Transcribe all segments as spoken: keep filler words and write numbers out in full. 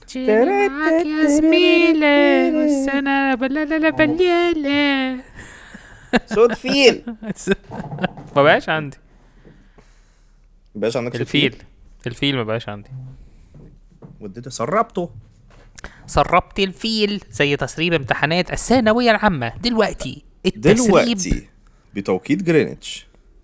معاك يا زميلي والسنة بلالا بليلة صوت فيل. ما بقاش عندي باش عندك صوت الفيل الفيل ما بقاش عندي. وديته سربته سربت الفيل زي تسريب امتحانات الثانوية العامة دلوقتي. التسريب دلوقتي بتوقيت جرينتش.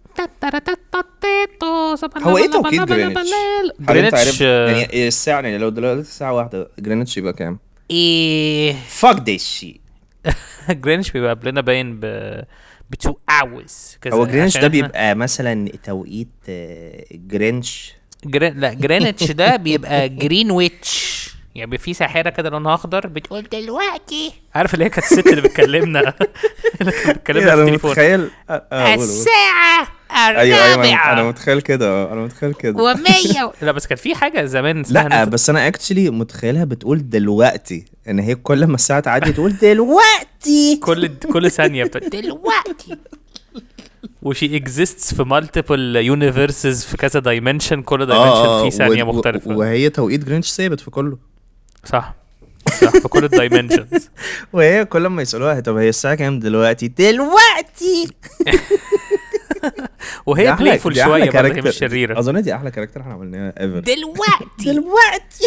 هو ايه توقيت جرينتش؟ هل انت عارف يعني إيه الساعة؟ يعني لو دلوقتي الساعة واحدة جرينتش يبقى كام؟ ايه fuck this shit. جرينتش بيبقى قبلنا باين ب ب two hours كذا. هو جرينتش ده بيبقى مثلا توقيت جرينتش. جرين... لا جرينتش ده بيبقى جرينويتش. يعني بيبقى في ساحره كده لونها اخضر بتقول دلوقتي. عارف اللي هي كانت الست اللي بتكلمنا اللي كانت بتكلمنا في التليفون. متخيل الساعه الرابعه. ايوه انا متخيل كده انا متخيل كده ومية. لا بس كان في حاجه زمان اسمها لا بس انا اكشلي متخيلها بتقول دلوقتي ان هي كل ما الساعه تعدي تقول دلوقتي. كل كل ثانيه بتقول دلوقتي. وشي exists في multiple universes في كذا dimension. كل dimension آه فيه ثانية مختلفة. وهي توقيت جرينتش ثابت في كله. صح صح في كل dimensions. وهي كل ما يسألوها طب هي الساعة كام دلوقتي؟ دلوقتي. وهي playful شوية برضه هي مش شريرة. أظن دي أحلى كاركتر احنا عملناها ever. دلوقتي دلوقتي.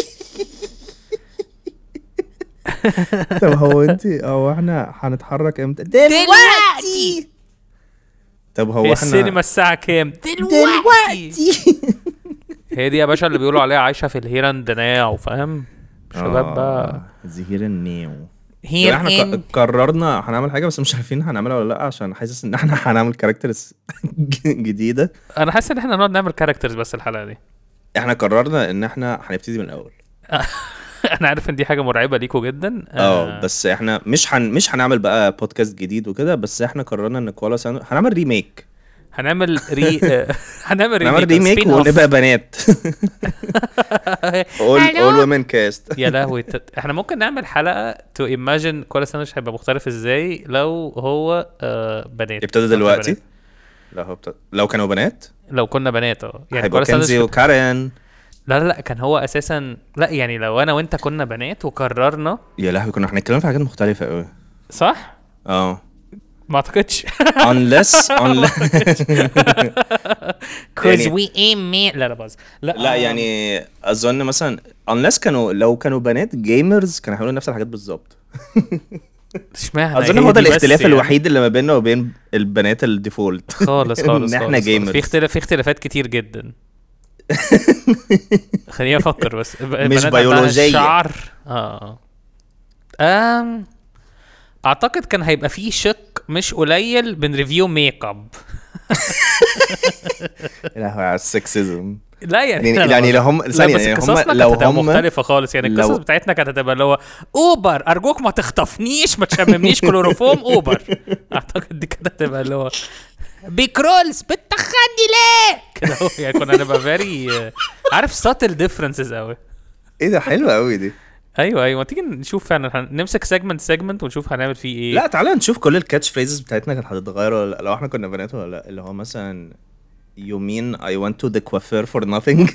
طب هو انت هو احنا هنتحرك امتى؟ دلوقتي. طب هو احنا السينما الساعة كام؟ دلوقتي. هي دي يا باشا اللي بيقولوا عليها عايشة في الهيران ناو. فاهم شباب بقى الهيران نيو. هير احنا قررنا هنعمل حاجة بس مش عارفين هنعملها ولا لا عشان حاسس ان احنا هنعمل كاركترز جديدة. انا حاسس ان احنا نقعد نعمل كاركترز بس الحلقة دي. احنا قررنا ان احنا هنبتدي من الاول. انا عارف ان دي حاجه مرعبه ليكوا جدا. اه بس احنا مش هن... مش هنعمل بقى بودكاست جديد وكده. بس احنا قررنا ان كوالا سان هنعمل ريميك. هنعمل ري هنعمل ريميك, ريميك ونبقى بنات. all all women cast. يا لهوي احنا ممكن نعمل حلقه تو ايماجين كوالا سان هيبقى مختلف ازاي لو هو بنات. ابتدى دلوقتي لو هو بتد... لو كانوا بنات لو كنا بنات اه يعني كوالا سان وكارين. لا لا كان هو اساسا لا يعني لو انا وانت كنا بنات وقررنا يا لهوي كنا هنتكلم في حاجات مختلفه قوي. صح اه ما اعتقدش unless unless cuz we aim لا لا باز لا لا يعني اظن مثلا unless كانوا لو كانوا بنات جيمرز كانوا هيقولوا نفس الحاجات بالظبط. اشمعنى اظن هو ده الاختلاف يعني الوحيد اللي ما بيننا وبين البنات الديفولت خالص خالص ان احنا جيمرز. في اختلاف في اختلافات كتير جدا. خليني افكر بس مش بيولوجيه شعر اه ام اعتقد كان هيبقى فيه شك مش قليل بين ريفيو ميك اب. لا هو على السكسيزم. لا يعني يعني, يعني لو هم يعني هم لو هم مختلفه خالص يعني القصص لو... بتاعتنا كانت هتبقى اللي هو اوبر ارجوك ما تخطفنيش ما تشممنيش كلوروفوم اوبر. اعتقد دي كانت هتبقى اللي هو بيكرولز بتخني ليه كده يعني. كنا هنبقى فيري عارف ساتل ديفرنسز قوي. ايه ده حلو قوي دي. ايوه ايوه تيجي نشوف فعلا نمسك سيجمنت سيجمنت ونشوف هنعمل فيه ايه. لا تعالى نشوف كل الكاتش فريزز بتاعتنا كانت هتتغير ولا لو احنا كنا بنات ولا لا. اللي هو مثلا you mean I went to the coiffeur for nothing.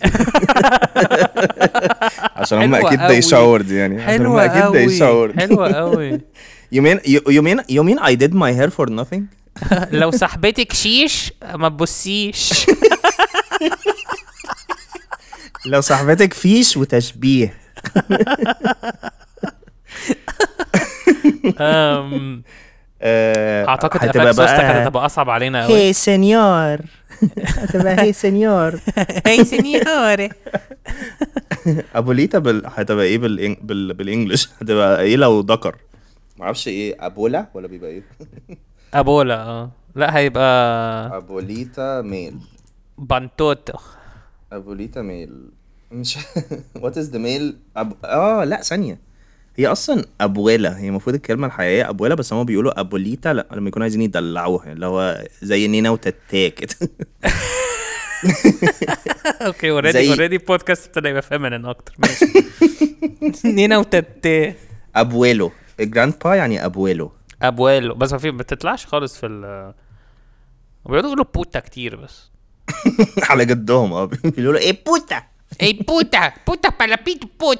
عشان هم اكيد they showered يعني. عشان هم اكيد they showered. حلوه قوي. you mean you, you mean you mean I did my hair for nothing. لو صاحبتك شيش ما تبصيش. لو صاحبتك فيش وتشبيه. امم اعتقد افكت سوستا كانت هتبقى اصعب علينا قوي. هي سينيور هتبقى هي سينيور هي سينيور. ابوليتا بال... هتبقى ايه بالإنج... بال... بالانجلش هتبقى ايه لو ذكر ما اعرفش ايه ابولا ولا بيبقى ايه. ابولا اه لا هيبقى ابوليتا ميل بانتوتو. ابوليتا ميل مش وات از ذا ميل أب... اه لا ثانيه هي اصلا ابولا. هي المفروض الكلمه الحقيقيه ابولا بس هم بيقولوا ابوليتا لا لما يكونوا عايزين يدلعوها اللي هو زي نينا وتتا كده. اوكي اوريدي اوريدي بودكاست ابتدى يبقى فيمينين اكتر. ماشي. نينا وتتا ابويلو الجراند با يعني ابويلو ابويلو بس ما في بتطلعش خالص في ال بيقولوا يقولوا بوتا كتير بس على جدهم اه بيقولوا ايه بوتا ايه بوتا بوتا بالابيت بوتا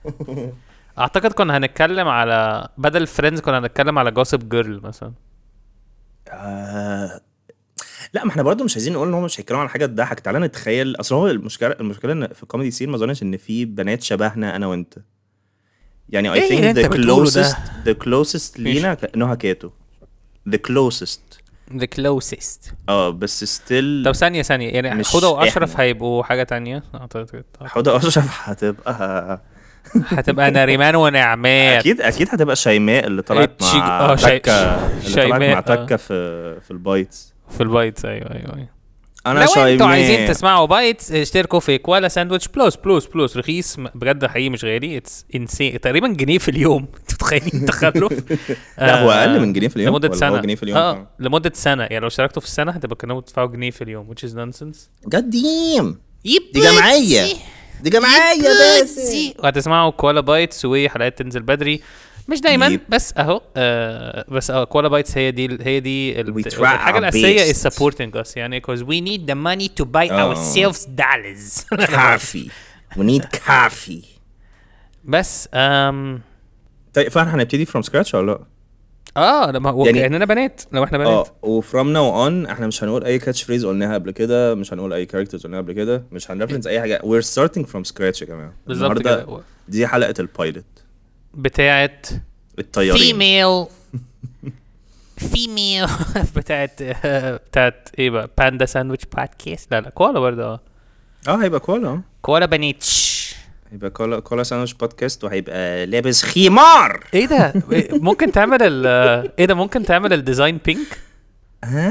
اعتقد كنا هنتكلم على بدل فريندز كنا هنتكلم على جوسب جيرل مثلا. آه... لا ما احنا برضو مش عايزين نقول ان هم مش هيتكلموا عن حاجه تضحك. تعالى نتخيل، اصل هو المشكله المشكله ان في الكوميدي سين ما اظنش ان في بنات شبهنا انا وانت يعني. I إيه think the closest ده؟ the closest لينا نوها كاتو the closest the closest. اه بس still. طب ثانيه ثانيه يعني مش حوده واشرف إحنا. هيبقوا حاجه تانية اعتقد. حوده اشرف هتبقى هتبقى ناريمان ونعمات. اكيد اكيد هتبقى شيماء اللي طلعت التشيك- مع آه، شي- تكه اللي طلعت شيماء، مع آه. تكه في في البايتس. في البايتس ايوه ايوه ايوه. انا لو شيماء انتوا عايزين تسمعوا بايتس اشتركوا في كوالا ساندويتش بلس بلس بلس رخيص م- بجد حقيقي مش غالي. اتس انسين تقريبا جنيه في اليوم. تتخيلين تخلف؟ لا هو اقل من جنيه في اليوم لمده ولا سنه. هو جنيه في اليوم؟ اه لمده سنه يعني لو اشتركتوا في السنه هتبقى كانوا بتدفعوا جنيه في اليوم which is nonsense. قديم دي جمعيه دي جمعيه بس. وهتسمعوا كوالا بايتس وحلقات تنزل بدري مش دايما يب. بس اهو آه بس اه كوالا بايتس هي دي هي دي ال- We try الحاجه our الاساسيه best. is supporting us يعني because we need the money to buy آه. ourselves dollars. كافي we need كافي. بس um, طيب فاحنا هنبتدي from scratch ولا لا؟ اه لما هو يعني- كاننا بنات لو احنا بنات. اه وفروم ناو اون احنا مش هنقول اي كاتش فريز قلناها قبل كده، مش هنقول اي كاركترز قلناها قبل كده، مش هنرفرنس اي حاجه. we're starting from scratch يا جماعه. بالظبط النهارده كده دي حلقه البايلوت بتاعت الطيارين. female female بتاعت بتاعت ايه بقى باندا ساندويتش بودكاست. لا لا كوالا برضه اه اه هيبقى كولا اه كوالا بنيتش. هيبقى كولا كولا ساندويتش بودكاست وهيبقى لابس خمار. ايه ده ممكن تعمل ال ايه ده ممكن تعمل الديزاين بينك. آه.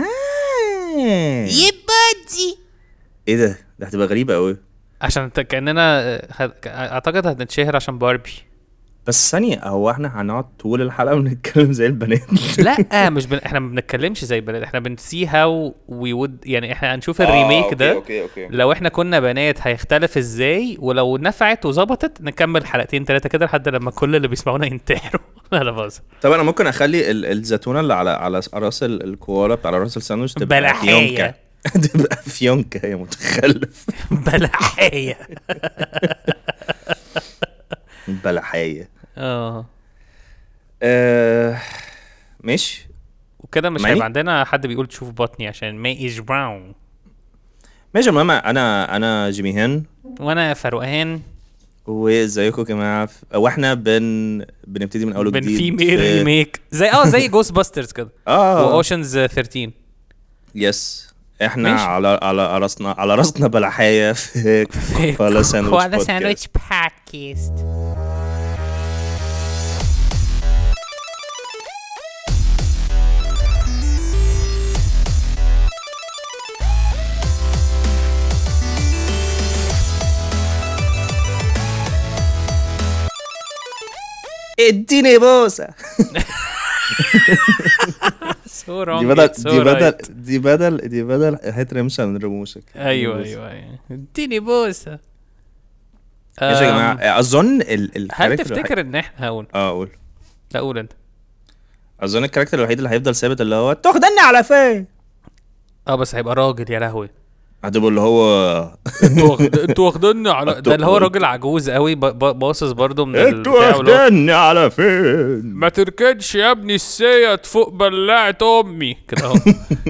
يبادي ايه ده ده هتبقى غريبه قوي. عشان ت- كاننا هت- اعتقد هنتشهر عشان باربي. بس ثانيه هو احنا هنقعد طول الحلقه بنتكلم زي البنات؟ لا مش بن... احنا ما بنتكلمش زي بنات. احنا بنسي هاو وي وود يعني احنا هنشوف الريميك ده اوكي اوكي لو احنا كنا بنات هيختلف ازاي، ولو نفعت وظبطت نكمل حلقتين ثلاثه كده لحد لما كل اللي بيسمعونا ينتحروا. لا لا باظ. طب انا ممكن اخلي ال- الزيتونه اللي على على راس ال- الكوالا بتاع راس الساندويتش تبقى بلحية. فيونكة. تبقى فيونكة يا متخلف. بلحية. بلحية. اه آه، ماشي وكده مش ماني؟ هيبقى عندنا حد بيقول تشوف بطني عشان ماي از براون. ماشي. المهم انا انا جيمي هان وانا فاروقان وازيكم يا جماعه. واحنا بن بنبتدي من اول بن وجديد في مير ريميك زي اه زي جوست باسترز كده اه واوشنز ثيرتين. يس احنا ماشي. على على راسنا على راسنا بلحية في كوالا ساندويتش كوالا ساندويتش بودكاست. اديني بوسه. دي بدل دي بدل دي بدل دي بدل هترمش من رموشك. ايوه ايوه ايوه اديني بوسه. ماشي يا جماعه. اظن ال ال هل تفتكر ان احنا هقول اه اقول لا قول انت. اظن الكاركتر الوحيد اللي هيفضل ثابت اللي هو تاخدني على فين. اه بس هيبقى راجل يا لهوي. هتبقى اللي هو انتوا واخد- انتوا واخديني على ده اللي هو راجل عجوز قوي ب- ب- باصص برضه من انتوا البتاع اللي هو واخدني على فين. ما تركنش يا ابني السيت فوق بلاعة امي كده اهو.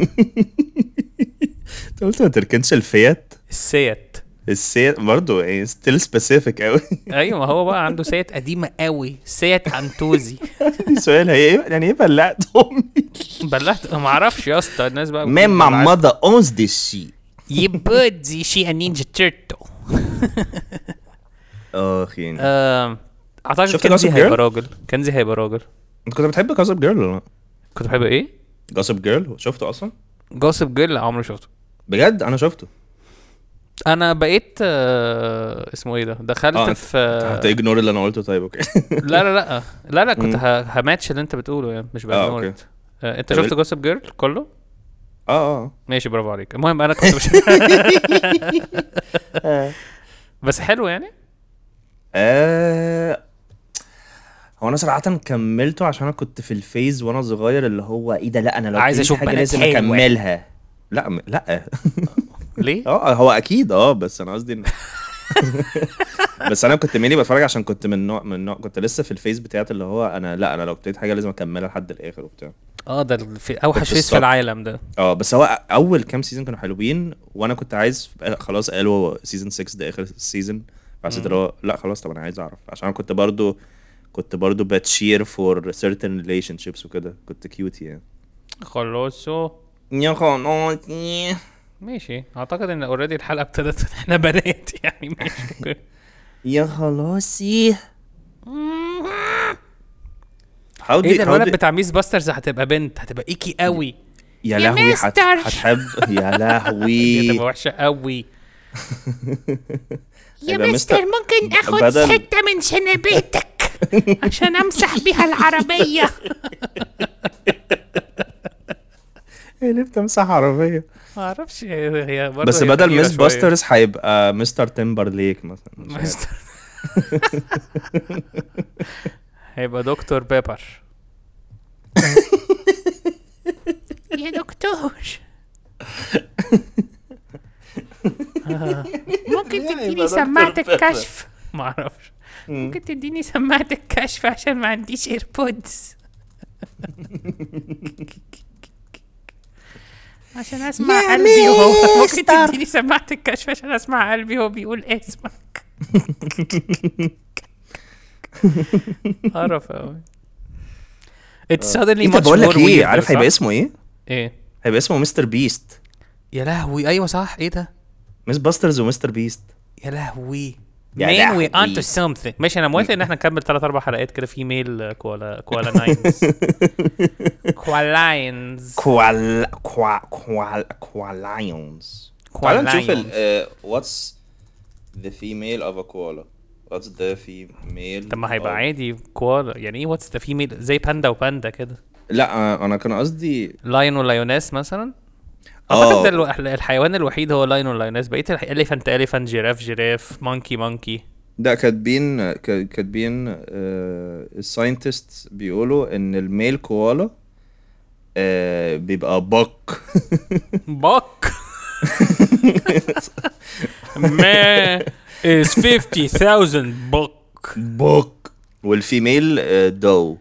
انت قلت ما تركنش الفيات. السيت السيت برضه يعني ستيل سبيسيفيك قوي. ايوه ما هو بقى عنده سيت قديمه قوي سيت انتوزي. سؤال هي ايه يعني ايه بلعت امي؟ بلعت ما اعرفش يا اسطى الناس بقى ماما ماذا اونز دي شي. يبدي شي نينجا تيرتل. اخ يعني اعتقد شفت كنزي Gossip هيبقى Girl؟ راجل. كنزي هيبقى راجل. انت كنت بتحب جوسب جيرل ولا لا؟ كنت بحب ايه؟ جوسب جيرل شفته اصلا؟ جوسب جيرل عمري شفته. بجد انا شفته. انا بقيت آه اسمه ايه ده دخلت اه في هتيجنور اللي انا قلته طيب اوكي. لا لا لا لا لا كنت مم. ه- هماتش اللي انت بتقوله يعني مش آه، بقولت. آه انت طب شفت ال- جوسب جيرل كله؟ اه اه ماشي برافو عليك. المهم انا كنت مش بس حلو يعني. آه، هو انا صراحه كملته عشان انا كنت في الفيز وانا صغير اللي هو ايه ده. لا انا لو عايز في أشوف حاجه بنات لازم حلوة. اكملها. لا م- لا ليه؟ اه هو اكيد اه بس انا قصدي ان بس انا كنت ميني بتفرج عشان كنت من نوع من نوع كنت لسه في الفيس بتاعت اللي هو انا لا انا لو ابتديت حاجه لازم اكملها لحد الاخر وبتاع. اه ده في اوحش فيس في العالم ده. اه بس هو اول كام سيزون كانوا حلوين وانا كنت عايز خلاص قالوا سيزون ستة ده اخر سيزون فحسيت اللي هو لا خلاص طب انا عايز اعرف عشان انا كنت برضو كنت برضو بتشير فور certain relationships وكده كنت كيوت يعني. خلاص يا خلاص ماشي اعتقد ان اوريدي الحلقه ابتدت احنا بنات يعني ماشي. يا خلاصي ايه ده الولد بتاع ميس باسترز هتبقى بنت هتبقى ايكي قوي يا لهوي هتحب يا لهوي هتبقى وحشه قوي. يا مستر ممكن اخد بدل... حته من شنبيتك عشان امسح بيها العربيه. ايه اللي بتمسح عربيه ما اعرفش هي برضه بس بدل ميس باسترز هيبقى مستر تيمبرليك مثلا مستر هيبقى دكتور بيبر. يا دكتور ممكن تديني سماعة الكشف. ما اعرفش ممكن تديني سماعة الكشف عشان ما عنديش ايربودز عشان اسمع قلبي وهو ممكن تديني سماعة الكشف عشان اسمع قلبي وهو بيقول اسمك. عارف قوي It's suddenly much بقول لك more ايه weird. عارف هيبقى اسمه ايه ايه هيبقى اسمه مستر بيست. يا لهوي ايوه صح ايه ده ميس باسترز ومستر بيست. يا لهوي يا man we onto something. ماشي انا موافق ان احنا نكمل ثلاث اربع حلقات كده في ميل كوالا كوالا ناينز كوالاينز كوال كوا كوال كوالاينز. تعال نشوف ال what's the female of a koala. what's the female طب ما هيبقى عادي كوالا يعني ايه what's the female زي باندا وباندا كده. لا انا كان قصدي لاين ولايوناس مثلا. اعتقد ده الحيوان الوحيد هو لاين ولايوناس. بقيت الاليفانت اليفانت جيراف جيراف مونكي مونكي. ده كاتبين كاتبين الساينتست بيقولوا ان الميل كوالا بيبقى بق بق ما is fifty thousand بق بق والفيميل دو.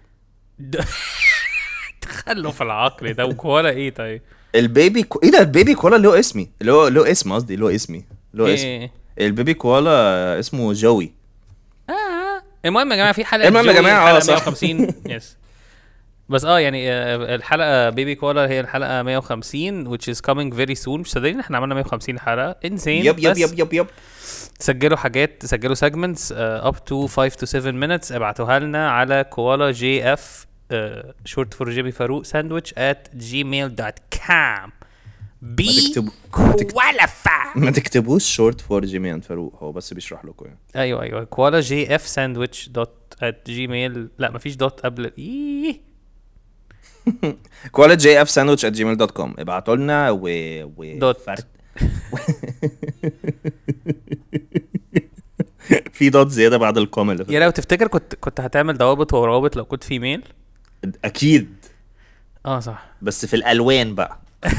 تخلف العقل ده. وكوالا ايه طيب البيبي كو... ايه ده البيبي كوالا له اسمي اللي هو له اسم قصدي له اسمي له إيه؟ اسم البيبي كوالا اسمه جوي. اه المهم يا جماعه في حلقه المهم يا جماعه اه صح مية وخمسين يس بس اه يعني الحلقه بيبي كوالا هي الحلقه مية وخمسين which is coming very soon. مش صدقين احنا عملنا مية وخمسين حلقه insane. يب يب يب يب يب سجلوا حاجات سجلوا segments uh, up to five to seven minutes ابعتوها لنا على كوالا جي اف شورت فور جيبي فاروق ساندويتش at gmail dot com. بي كوالافا ما تكتبوش شورت فور جيمي اند فاروق هو بس بيشرح لكم يعني. ايوه ايوه كوالا جي اف ساندويتش دوت at gmail لا مفيش دوت قبل ايه كوالا جي اف ساندويتش at gmail dot com ابعتوا لنا و و دوت فرد في دوت زياده بعد الكوم اللي يا لو تفتكر كنت كنت هتعمل ضوابط وروابط لو كنت فيميل. اكيد اه صح بس في الالوان بقى.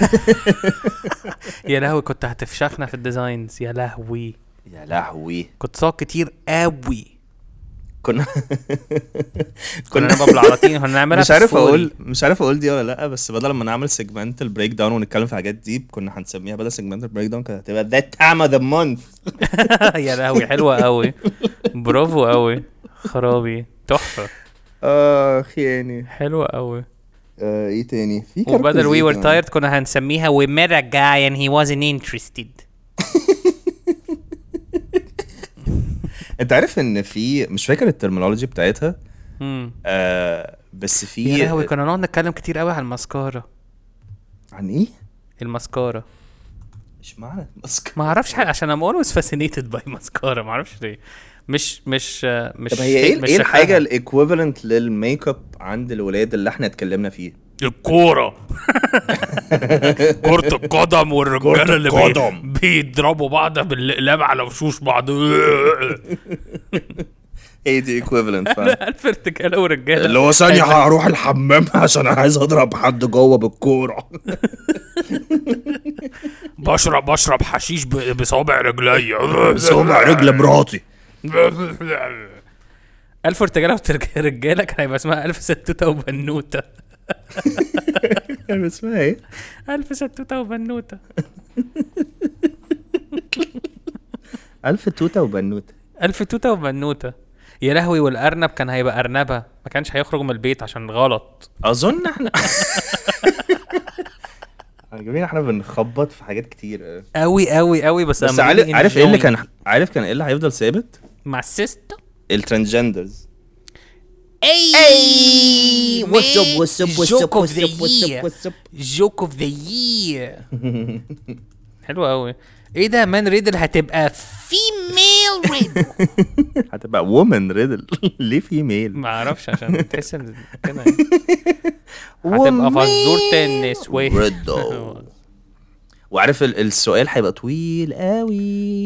يا لهوي كنت هتفشخنا في الديزاينز. يا لهوي يا لهوي كنت صاق كتير قوي. كنا كنا نبقى بالعراطين هنعملها مش عارف اقول مش عارف اقول دي ولا لا بس بدل ما نعمل سيجمنت البريك داون ونتكلم في حاجات دي كنا هنسميها بدل سيجمنت البريك داون كانت هتبقى that time of the month. يا لهوي حلوه قوي برافو قوي خرابي تحفه. اخ يعني حلوه قوي. آه ايه تاني في وبدل we were tired كنا هنسميها we met a guy and he wasn't interested. انت عارف ان في مش فاكر الترمينولوجي بتاعتها امم آه بس في يا لهوي كنا نقعد نتكلم كتير قوي عن الماسكارا. عن ايه الماسكارا؟ مش معنى الماسكارا ما اعرفش عشان I'm always fascinated by ماسكارا ما اعرفش ليه. مش مش مش طب هي ايه ايه الحاجه الايكويفالنت للميك اب عند الولاد اللي احنا اتكلمنا فيه؟ الكوره. كرة القدم والرجاله اللي بي... بيضربوا بعض بالاقلام على وشوش بعض. ايه دي ايكويفالنت فاهم؟ الفرتكاله ورجاله اللي هو ثانيه هروح الحمام عشان عايز اضرب حد جوه بالكوره. بشرب بشرب حشيش بصوابع رجليا صوابع رجل مراتي. ألف ارتجالة ورجالة كان هيبقى اسمها ألف ستوتة وبنوتة. كان اسمها ايه؟ ألف ستوتة وبنوتة. ألف توتة وبنوتة. ألف توتة وبنوتة يا لهوي. والأرنب كان هيبقى أرنبة، ما كانش هيخرج من البيت عشان غلط. أظن احنا جميل احنا بنخبط في حاجات كتير قوي قوي قوي. بس, بس عارف عارف ايه اللي كان عارف كان ايه اللي هيفضل ثابت مع السيستم؟ الترانسجندرز. اي واتس اب واتس اب واتس اب واتس اب جوك اوف ذا يير. حلو قوي. ايه ده مان ريدل هتبقى فيميل ريدل. هتبقى وومن ريدل. ليه فيميل؟ ما اعرفش عشان تحس ان كده هتبقى فزورة النسوان. وعارف السؤال هيبقى طويل قوي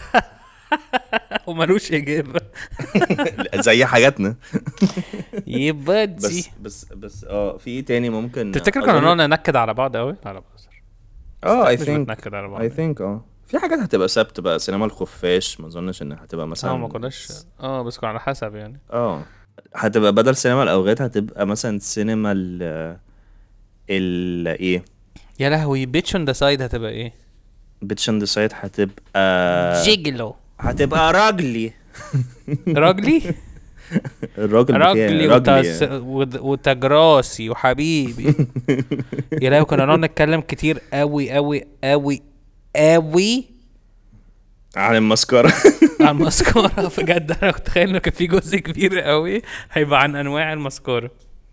ومالوش اجابه زي حاجاتنا. يبقى بس بس بس اه في ايه تاني ممكن تفتكر كنا ننكد على بعض قوي على بعض؟ اه اي ثينك اي ثينك اه في حاجات هتبقى ثابته بقى. سينما الخفاش ما اظنش انها هتبقى مثلا اه ما كناش اه بس على حسب يعني. اه هتبقى بدل سينما الاوغات هتبقى مثلا سينما ال ال ايه يا لهوي. بيتش اون ذا سايد هتبقى ايه؟ بيتش اون ذا سايد هتبقى جيجلو. هتبقى راجلي. راجلي الراجل راجلي وتس... وتجراسي وحبيبي. يا لهوي كنا نقعد نتكلم كتير قوي قوي قوي قوي عن المسكرة. عن المسكرة بجد. انا كنت تخيل انه كان في جزء كبير قوي هيبقى عن انواع المسكرة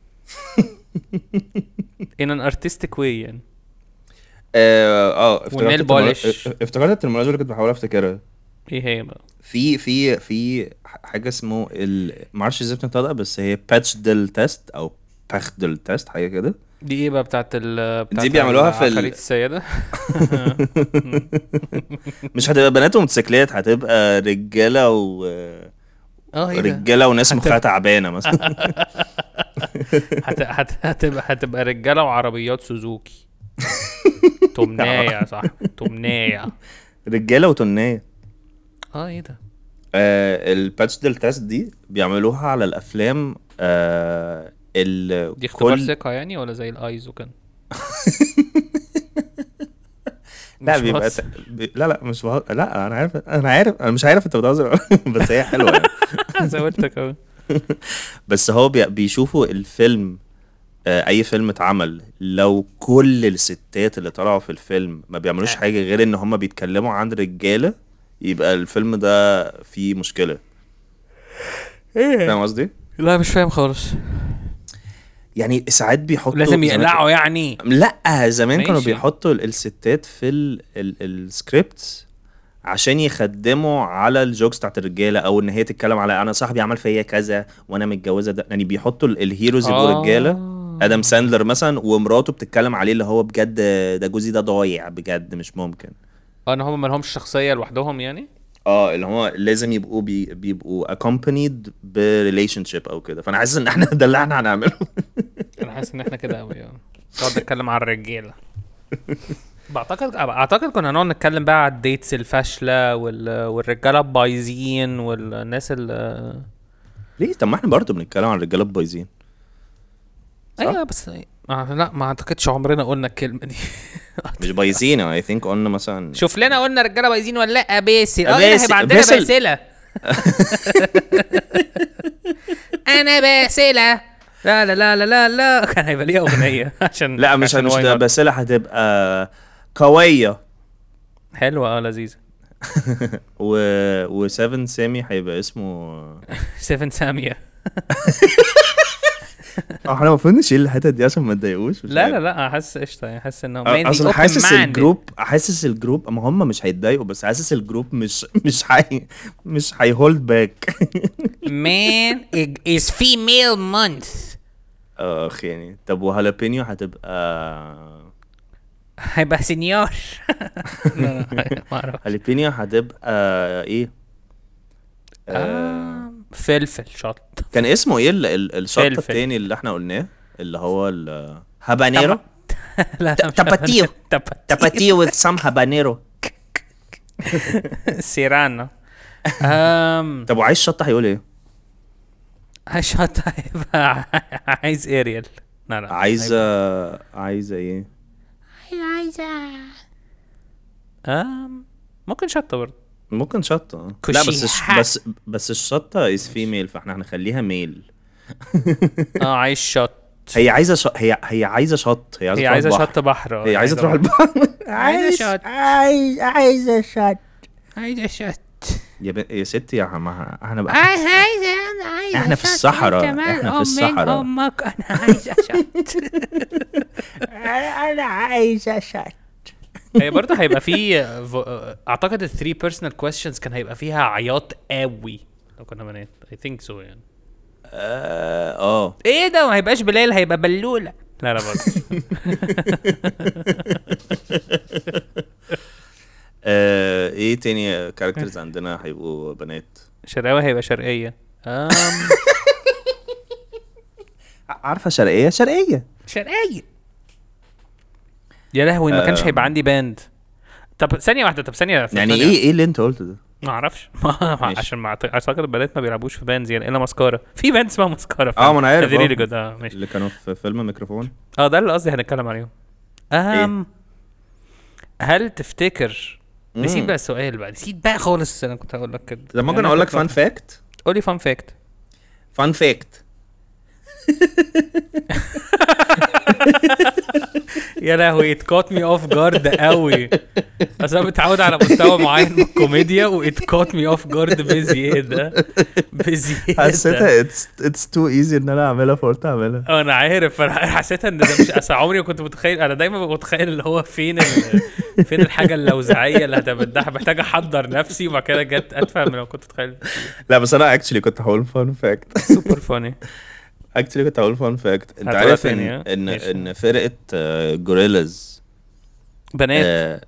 in an artistic way يعني. اه والنيل بولش. افتكرت الترمينولوجيا اللي كنت بحاول افتكرها. ايه هي بقى؟ في في في حاجه اسمه ما اعرفش ازاي بتنطق بس هي باتش ديل تيست او باخ ديل تيست حاجه كده. دي ايه بقى بتاعت ال بتاعت دي بيعملوها في ال... السيده. مش هتبقى بنات وموتوسيكلات هتبقى رجاله و اه رجاله وناس مخها تعبانه مثلا. هت... هت... هتبقى هتبقى رجاله وعربيات سوزوكي. تمنايه صح تمنايه رجاله وتنايه. اه ايه ده؟ آه الباتش ديل تيست دي بيعملوها على الافلام. آه ال دي اختبار ثقه يعني ولا زي الايزو كان؟ لا بيبقى ت... بي... لا لا مش بهزر. لا انا عارف انا عارف انا مش عارف انت بتهزر. بس هي حلوه يعني. زودتك اهو. بس هو بي... بيشوفوا الفيلم. آه اي فيلم اتعمل لو كل الستات اللي طلعوا في الفيلم ما بيعملوش حاجه غير ان هم بيتكلموا عن رجاله يبقى الفيلم ده فيه مشكله. ايه فاهم قصدي؟ لا مش فاهم خالص. يعني ساعات بيحطوا لازم يقلعوا يعني. لا زمان كانوا بيحطوا الستات في السكريبت عشان يخدموا على الجوكس بتاعت الرجاله او ان هي تتكلم على انا صاحبي عمل فيا كذا وانا متجوزه ده. يعني بيحطوا الهيروز يبقوا آه. رجاله. ادم ساندلر مثلا ومراته بتتكلم عليه اللي هو بجد ده جوزي ده ضايع بجد مش ممكن. اه ان هم ما لهمش شخصيه لوحدهم يعني. اه اللي هو لازم يبقوا بي بيبقوا accompanied بريليشنشيب او كده. فانا حاسس ان احنا ده اللي احنا هنعمله. انا حاسس ان احنا كده قوي يعني نقعد نتكلم عن الرجاله. بعتقد اعتقد كنا نقعد نتكلم بقى على الديتس الفاشله وال... والرجاله البايظين والناس ال ليه. طب ما احنا برضو بنتكلم عن الرجاله البايظين. ايوه بس آه لا ما اعتقدش عمرنا قلنا الكلمه دي. مش بايظين اي ثينك قلنا مثلا شوف لنا قلنا رجاله بايظين ولا لا. باسل اه هيبقى عندنا باسله. انا باسله لا لا لا لا لا كان هيبقى ليها اغنيه عشان لا مش مش ده باسله هتبقى قويه حلوه اه لذيذه. و و7 سامي هيبقى اسمه سبعة ساميه. احنا المفروض نشيل الحته دي عشان ما تضايقوش. لا لا لا حاسس قشطه يعني حاسس انه مين اصلا حاسس الجروب حاسس الجروب ما هم مش هيتضايقوا بس حاسس الجروب مش مش هي مش هي هولد باك. مان is female month. اخ يعني. طب وهالابينيو هتبقى هيبقى سينيور. لا لا ما اعرف. هالابينيو هتبقى ايه؟ آه فلفل شط. كان اسمه ايه الشط التاني اللي احنا قلناه اللي هو الهابانيرو؟ لا تاباتيو تاباتيو with some habanero. سيرانو. امم طب وعايز شطه هيقول ايه؟ شطه هيبقى عايز اريال. لا لا عايزه عايزه ايه؟ عايزة امم ممكن شطه برضه. ممكن شطه. لا كوشي بس الش... ها. بس بس الشطه از فيميل فاحنا هنخليها ميل. اه عايز شط. هي عايزه ش... هي هي عايزه شط. هي عايزه هي تروح عايزه البحر. شط بحر. هي عايزه تروح بحر. البحر. عايزة شط. عايز عايزه شط. عايزة شط. يا ب... يا ستي يا عم احنا بقى عايزة أنا عايزة احنا في شط. الصحراء. كمان احنا في أم الصحراء. من أمك أنا عايزة شط. انا عايزه شط. هي برضه هيبقى في اعتقد ال three personal questions كان هيبقى فيها عياط قوي لو كنا بنات. I think so يعني. اه اه ايه ده؟ ما هيبقاش بلال، هيبقى بلولة. لا لا برضه. آه، ايه تاني كاركترز عندنا هيبقوا بنات؟ شرقاوي هيبقى شرقية. أم عارفه شرقيه شرقيه شرقية. يا لهوي ما كانش أم. هيبقى عندي باند. طب ثانية واحدة، طب ثانية يعني ثانية. ايه ايه اللي انت قلته ده؟ ما اعرفش. ماشي. عشان ما أعتقد- اعتقد البنات ما بيلعبوش في باندز يعني الا ماسكارا. في باند اسمها ماسكارا. اه ما انا عارف. ريلي آه. جود. اه ماشي. اللي كانوا في فيلم ميكروفون. اه ده اللي قصدي هنتكلم عليهم. اهم هل تفتكر مم. نسيت بقى السؤال بقى، نسيت بقى خالص. انا كنت هقول لك كده. طب ممكن اقول لك فان فاكت. قولي فان فاكت. فان فاكت يا لهوي ات كوت مي اوف جارد قوي. اصل انا متعود على مستوى معين من الكوميديا وات كوت مي اوف جارد بزياده بزياده. حسيتها اتس اتس تو ايزي ان انا اعملها فقلت اعملها. انا عارف. انا حسيت ان ده مش اصل عمري ما كنت متخيل. انا دايما ببقى متخيل اللي هو فين ال... فين الحاجه اللوزعيه اللي هتبدعها. محتاج احضر نفسي وبعد كده جت اتفهم لو كنت متخيل. لا بس انا اكشلي كنت هقول فان فاكت. سوبر فاني. اكشلي كنت هقول فان فاكت. انت هتقولها عارف تاني، ان ها؟ ان ماشي. ان فرقه جوريلاز بنات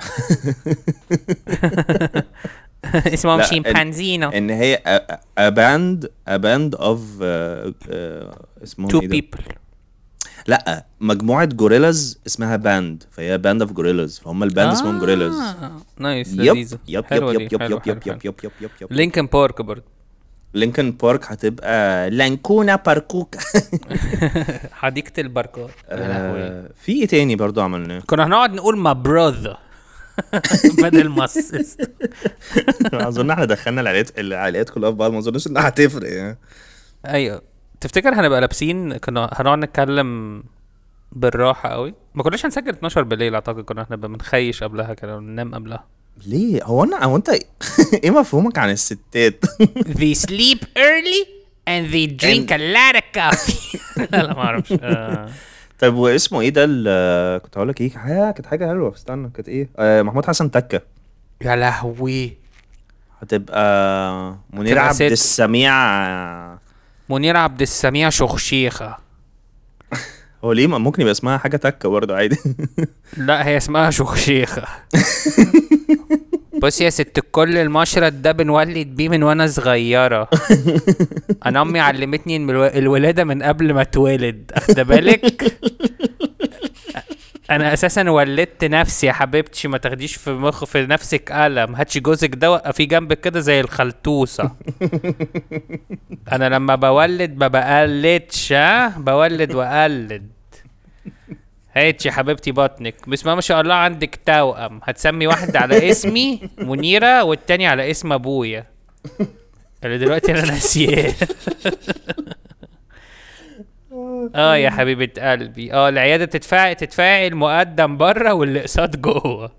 اسمهم لا، شيمبانزينو. ان هي a band a band of uh, uh, اسمهم تو ايه ده؟ بيبل. لا مجموعة جوريلاز اسمها باند فهي باند اوف جوريلاز فهم الباند اسمهم جوريلاز. نايس يب لذيذه. يب يب حلوة يب دي. يب حلوة، يب حلوة، يب حلوة. يب يب يب يب يب لينكن بارك برضه. لينكن بارك هتبقى لانكونا باركوكا. حديقة البركات. يا لهوي. آه، في ايه تاني برضو عملناه؟ كنا هنقعد نقول ما براذر بدل ما سيستر. اظن احنا دخلنا العائلات العائلات كلها في بعض ما اظنش انها هتفرق يعني. ايوه تفتكر هنبقى لابسين؟ كنا هنقعد نتكلم بالراحه قوي. ما كناش هنسجل اتناشر بالليل اعتقد. كنا هنبقى بنخيش قبلها كده وننام قبلها. ليه؟ هو انا هو انت ايه مفهومك عن الستات؟ They sleep early and they drink a lot of coffee. لا لا ما اعرفش. آه. طيب واسمه ايه ده ال- كنت هقول لك ايه حاجه كانت حاجه حلوه استنى كانت ايه آه محمود حسن تكه يا لهوي. هتبقى منير تبقى عبد ست. السميع. منير عبد السميع شخشيخه. هو ليه ممكن يبقى اسمها حاجه تكه برضه عادي؟ لا هي اسمها شخشيخه. بص يا ست الكل، المشرط ده بنولد بيه من وانا صغيره. انا امي علمتني ان الو- الولاده من قبل ما اتولد. اخد بالك؟ انا اساسا ولدت نفسي يا حبيبتي. ما تاخديش في مخ في نفسك قلم. هاتش جوزك ده وقفيه جنبك كده زي الخلتوسه. انا لما بولد ما بقلدش. ها بولد واقلد. هاتش يا حبيبتي بطنك. بسم الله ما شاء الله عندك توأم. هتسمي واحد على اسمي منيرة والتاني على اسم ابويا اللي دلوقتي انا ناسيه. اه يا حبيبة قلبي. اه العيادة تدفع تدفعي المقدم بره والاقساط جوه.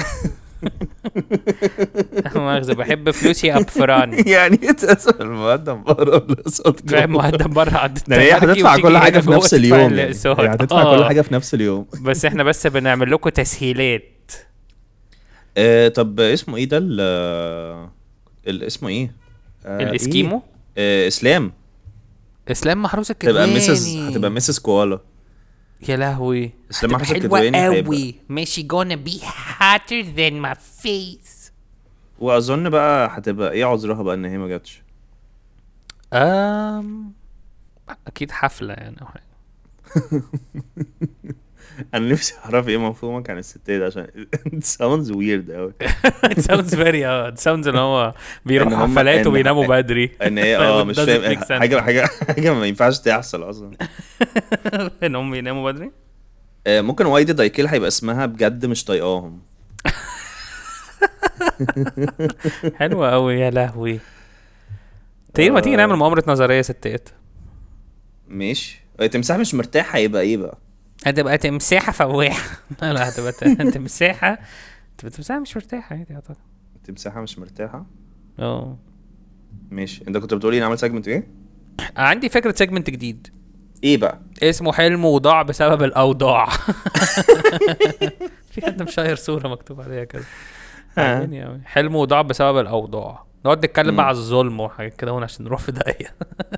مؤاخذة بحب فلوسي اب فران. يعني تسال المقدم بره ولا صوت تدفعي المقدم بره عند يعني هي التمرجي هتدفع وتيجي كل هنا حاجه في جوه نفس تدفعي اليوم يعني. الاقساط. هي هتدفع آه. كل حاجه في نفس اليوم. بس احنا بس بنعمل لكم تسهيلات. آه طب اسمه ايه ده ال ال- اسمه ايه آه الاسكيمو. إيه؟ آه اسلام. اسلام محروس هتبقى الكدواني. مسز هتبقى مسز كوالا. يا لهوي. اسلام محروس حلوة الكدواني هيبقى. قوي. ماشي gonna be hotter than my face. واظن بقى هتبقى ايه عذرها بقى ان هي ما جاتش. أم... اكيد حفلة يعني او حاجة. انا نفسي اعرف ايه مفهومك عن الستات عشان it sounds weird قوي. it sounds very uh, it sounds ان هو بيروح إن هم- حفلات إن- وبيناموا بدري. ان هي اه مش Doesn't فاهم make sense. حاجه حاجه حاجه ما ينفعش تحصل اصلا. ان هم بيناموا بدري. آه، ممكن وايد دايكيل هيبقى اسمها بجد مش طايقاهم. حلوة قوي يا لهوي. تيجي ما تيجي نعمل مؤامرة نظرية ستات. ماشي. آه، تمساح مش مرتاح هيبقى ايه بقى؟ هتبقى تمساحة فواحة. لا لا هتبقى تمساحة. تبقى تمساحة مش مرتاحة عادي اعتقد. تمساحه مش مرتاحه. اه ماشي. انت كنت بتقولي نعمل سيجمنت ايه؟ عندي فكرة سيجمنت جديد ايه بقى؟ اسمه حلم وضاع بسبب الأوضاع. في حد مشاير صورة مكتوب عليها كده. عجبني أوي. حلم وضاع بسبب الأوضاع. نقعد نتكلم بقى على الظلم وحاجات كده هون عشان نروح في داهية.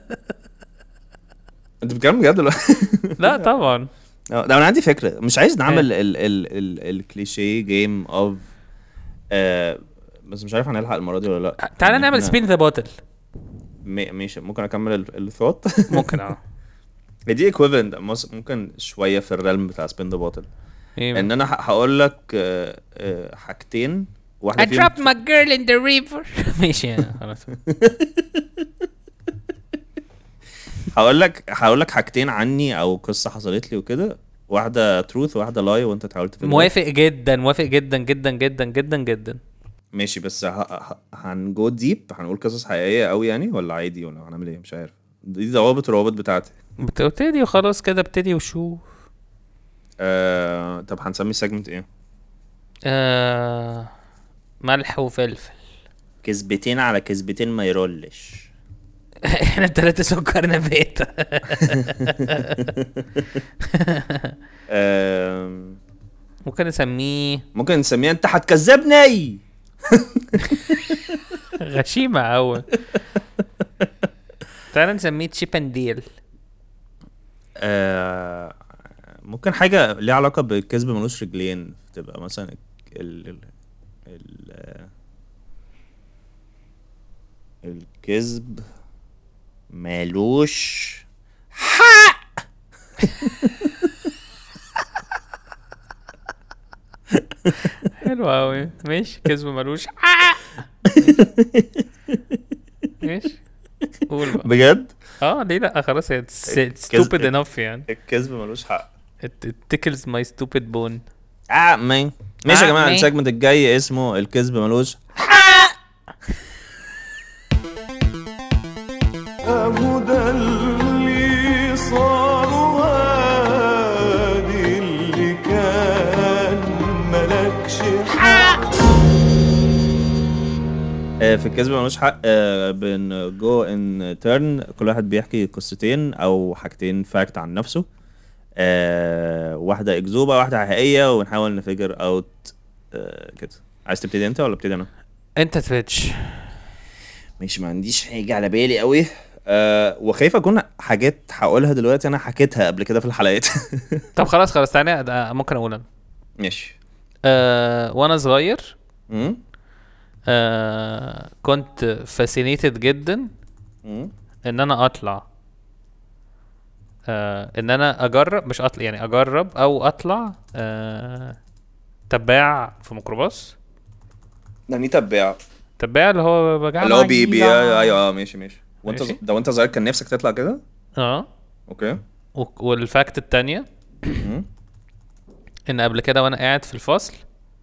انت بتتكلم بجد ولا؟ لا طبعا. اه ده انا عندي فكره. مش عايز نعمل ال ال ال الكليشيه جيم اوف بس مش عارف هنلحق المره دي ولا لا. تعالى نعمل سبين ذا بوتل. ماشي ممكن اكمل الثوت. ممكن اه. دي equivalent ممكن شويه في الرلم بتاع سبين ذا بوتل. إيه ان انا هقول لك آه، آه، حاجتين I واحده فيهم dropped my girl in the river. ماشي يعني خلاص. هقول لك هقول لك حاجتين عني او قصه حصلت لي وكده. واحده تروث وواحده لاي وانت تحاول تفهم. موافق جدا موافق جدا جدا جدا جدا جدا. ماشي بس ه... ه... هنجو ديب هنقول قصص حقيقيه قوي يعني ولا عادي ولا هنعمل ايه مش عارف. دي ضوابط الروابط بتاعتي. بتبتدي وخلاص كده ابتدي وشوف. آه... طب هنسمي سيجمنت ايه؟ آه... ملح وفلفل. كذبتين على كذبتين ما يرولش. احنا التلاتة سكرنا بيتا. آه... ممكن نسميه ممكن نسميها انت هتكذبني. غشيمة أوي. تعالى نسميه تشيبنديل. آه... ممكن حاجه ليها علاقه بالكذب ملوش رجلين تبقى مثلا ال ال ال الكذب مالوش حق. حلو أوي. ماشي كذب ملوش. ماشي قول بقى. بجد؟ اه ليه لا خلاص هي الكذب- stupid enough يعني. الكذب ملوش حق. it, it tickles my stupid bone. اه مين ماشي يا آه، جماعه. مين. السيجمنت الجاي اسمه الكذب ملوش أهو ده اللي صار وادي اللي كان ملكش حق. آه، في الكذب ملوش حق. آه، بن جو ان تيرن كل واحد بيحكي قصتين او حاجتين فاكت عن نفسه. آه، واحده اكذوبه واحده حقيقيه ونحاول نفجر اوت كده. عايز تبتدي انت ولا ابتدي انا؟ انت تويتش. مش ما عنديش حاجه على بالي قوي. أه وخايف اكون حاجات هقولها دلوقتي انا حكيتها قبل كده في الحلقات. طب خلاص خلاص تعالى ده ممكن اقول انا. ماشي. آه وانا صغير امم آه كنت فاسينيتد جدا امم ان انا اطلع آه ان انا اجرب مش اطلع يعني اجرب او اطلع آه تباع في ميكروباص. يعني تبع تباع اللي هو بجمع اللي هو بي بي جيزة. ايوه اه ماشي ماشي. وانت ماشي. ده وانت صغير كان نفسك تطلع كده؟ اه اوكي. و- والفاكت التانية مم. ان قبل كده وانا قاعد في الفصل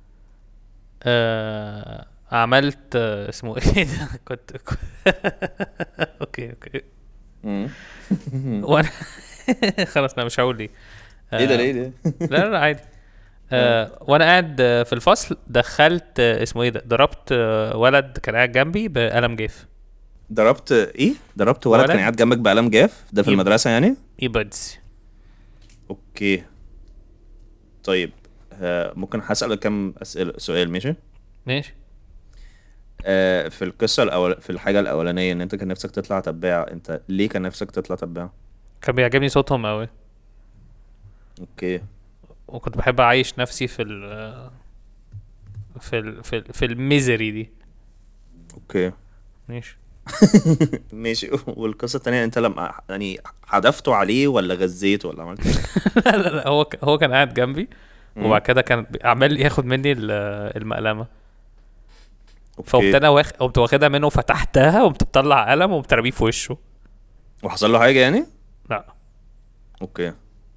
آه عملت آه اسمه ايه ده كنت اوكي اوكي مم. وانا خلاص انا مش هقول ليه. ايه ده ليه ده؟ لا لا لا عادي. آه وانا قاعد آه، في الفصل دخلت آه، اسمه ايه ده ضربت آه، ولد كان قاعد جنبي بقلم جاف. ضربت ايه؟ ضربت ولد ولد. كان قاعد جنبك بقلم جاف ده في يب. المدرسة يعني؟ ايبادز. اوكي. طيب آه ممكن هسألك كم أسئلة سؤال ماشي؟ ماشي. آه في القصة الأول في الحاجة الأولانية إن أنت كان نفسك تطلع تباع. أنت ليه كان نفسك تطلع تباع؟ كان بيعجبني صوتهم قوي اوكي. وكنت بحب اعيش نفسي في ال في ال في ال في الميزري دي. اوكي. ماشي. ماشي. والقصه التانية انت لما يعني حدفته عليه ولا غزيته ولا عملت ايه؟ لا لا لا هو ك... هو كان قاعد جنبي وبعد كده كان عمال ياخد مني ال- المقلمه. فقمت انا واخ... قمت واخدها منه وفتحتها وقمت بطلع قلم وقمت رميه في وشه. وحصل له حاجه يعني؟ لا اوكي.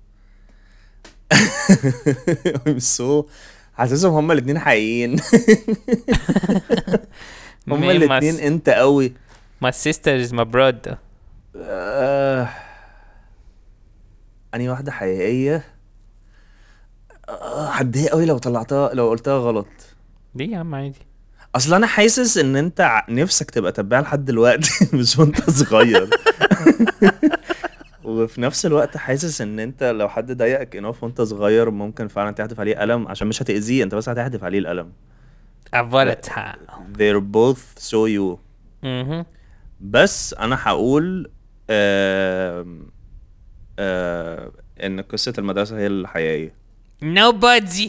سو حاسسهم هما الاثنين حقيقيين. هما Me and my الاثنين s- انت قوي. my sister is my brother. آه... اني واحده حقيقيه. آه... هتضايق قوي لو طلعتها لو قلتها غلط. ليه يا عم عادي؟ اصل انا حاسس ان انت ع- نفسك تبقى تبع لحد دلوقتي مش وانت صغير. وفي نفس الوقت حاسس ان انت لو حد ضايقك اناف وانت صغير ممكن فعلا تحدف عليه قلم عشان مش هتأذيه انت بس هتحدف عليه القلم. عبالتها. they're both so you. اها بس انا هقول آم... آم... ان قصة المدرسة هي الحقيقية. nobody.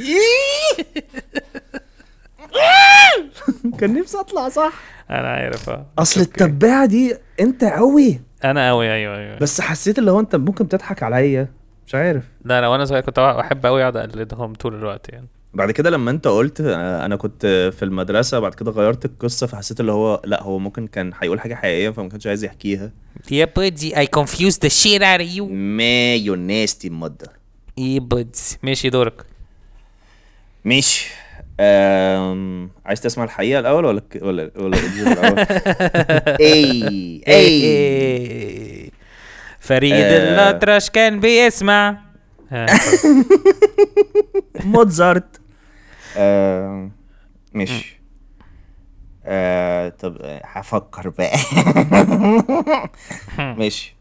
كان نفسي اطلع صح. انا عارف اه اصل أوكي. التباعة دي انت قوي. انا قوي ايوه ايوه. بس حسيت اللي هو انت ممكن تضحك عليا مش عارف. لا لا وانا صغير كنت بحب قوي اقعد اقلدهم طول الوقت يعني. بعد كده لما انت قلت آه، انا كنت في المدرسة بعد كده غيرت القصة فحسيت اللي هو لا هو ممكن كان هيقول حاجة حقيقية فما كانش عايز يحكيها. يا بودي I confused the shit out of you. ما يو ناستي مدة. يا بودي ماشي دورك. ماشي. أم... عايز تسمع الحقيقة الأول ولا ك... ولا ولا الجزء الأول؟ اي اي فريد آه. الأطرش كان بيسمع. ها، موتزارت. أم... ماشي. أه... طب آه، هفكر بقى. ماشي.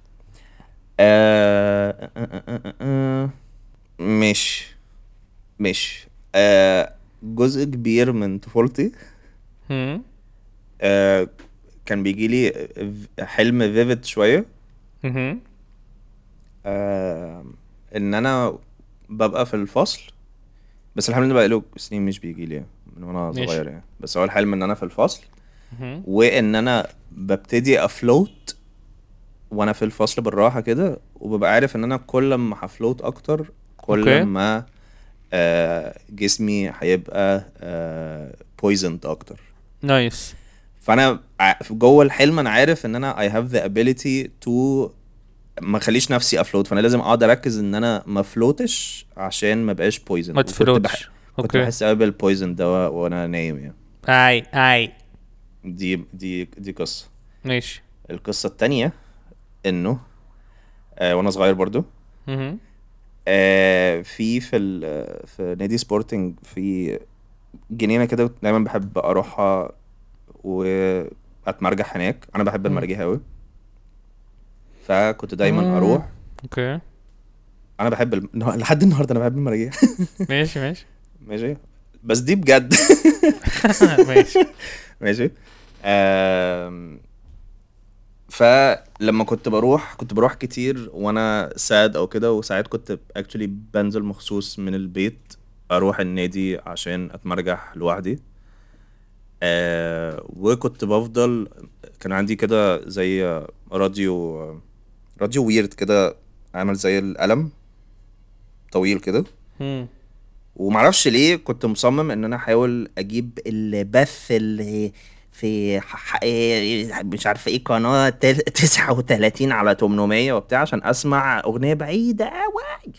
أه... أه... أه... أه... أه... ماشي ماشي. أه... جزء كبير من طفولتي هم، أه... كان بيجي لي حلم فيفيد شوية. هم، أه... ان انا ببقى في الفصل بس الحلم ده بقى له سنين مش بيجي لي من وانا ماشي. صغير يعني. بس هو الحلم ان انا في الفصل هم. وان انا ببتدي افلوت وانا في الفصل بالراحه كده وببقى عارف ان انا كل ما هفلوت اكتر كل أوكي. ما آه جسمي هيبقى آه poisoned اكتر. نايس. فانا ع- جوه الحلم انا عارف ان انا I have the ability to ما اخليش نفسي افلوت فانا لازم اقعد اركز ان انا ما افلوتش عشان ما بقاش poisoned. ما وكنت بح- تفلوتش. كنت اوكي. بحس قوي بالبويزن ده و- وانا نايم يعني. اي اي دي دي دي قصه. ماشي. القصه التانية انه آه وانا صغير برضو هم، آه في في ال- في نادي سبورتنج في جنينه كده دايما بحب اروحها واتمرجح هناك. انا بحب المرجيح قوي فكنت دايما مم. اروح. اوكي انا بحب الم... نه- لحد النهارده انا بحب المرجيح. ماشي ماشي. ماشي. بس دي بجد. ماشي. ماشي. آم... فلما كنت بروح كنت بروح كتير وانا ساد او كده وساعات كنت اكشلي بنزل مخصوص من البيت اروح النادي عشان اتمرجح لوحدي. آه وكنت بفضل كان عندي كده زي راديو راديو ويرد كده عامل زي القلم طويل كده. هم، ومعرفش ليه كنت مصمم ان انا احاول اجيب البث اللي في ح- ح- مش عارف ايه قناة تل- تسعة وتلاتين على تمنمية وبتاع عشان اسمع اغنية بعيدة اوي.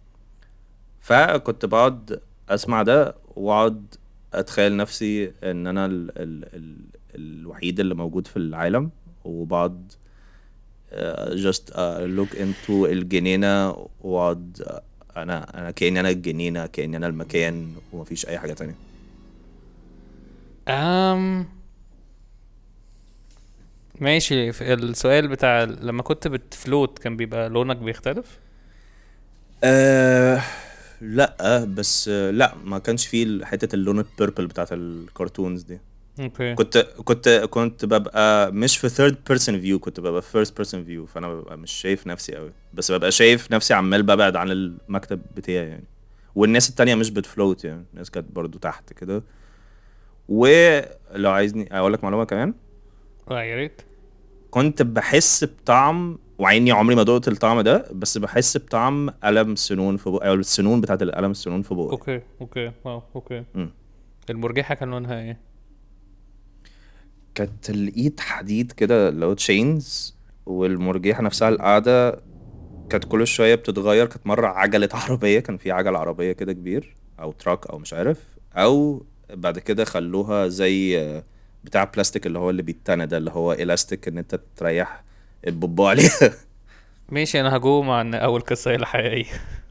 فكنت بقعد اسمع ده واقعد اتخيل نفسي ان انا ال ال ال الوحيد اللي موجود في العالم وبقعد uh, just uh, look into الجنينة واقعد uh, انا انا كأني انا الجنينة كأني انا المكان ومفيش اي حاجة تانية. أم ماشي. في السؤال بتاع لما كنت بتفلوت كان بيبقى لونك بيختلف؟ أه لا بس آه، لا ما كانش فيه حتة اللون البيربل بتاعت الكرتونز دي. اوكي. كنت كنت كنت ببقى مش في third person view كنت ببقى في first person view فانا ببقى مش شايف نفسي قوي بس ببقى شايف نفسي عمال ببعد عن المكتب بتاعي يعني. والناس التانية مش بتفلوت يعني الناس كانت برضو تحت كده. ولو عايزني اقول لك معلومة كمان اه يا ريت. كنت بحس بطعم، وعيني عمري ما دقت الطعم ده، بس بحس بطعم ألم السنون في بقى، او السنون بتاعت الألم السنون في بقى. اوكي اوكي واو اوكي. مم. المرجحه كان لونها ايه؟ كانت الايد حديد كده اللي هو تشينز، والمرجيحة نفسها القاعدة كانت كل شوية بتتغير. كانت مرة عجلة عربية، كان في عجل عربية كده كبير او تراك او مش عارف، او بعد كده خلوها زي بتاع بلاستيك اللي هو اللي بيتنى ده، اللي هو الاستيك ان انت تريح البوبو عليها. ماشي انا هجو مع ان اول قصه هي الحقيقيه.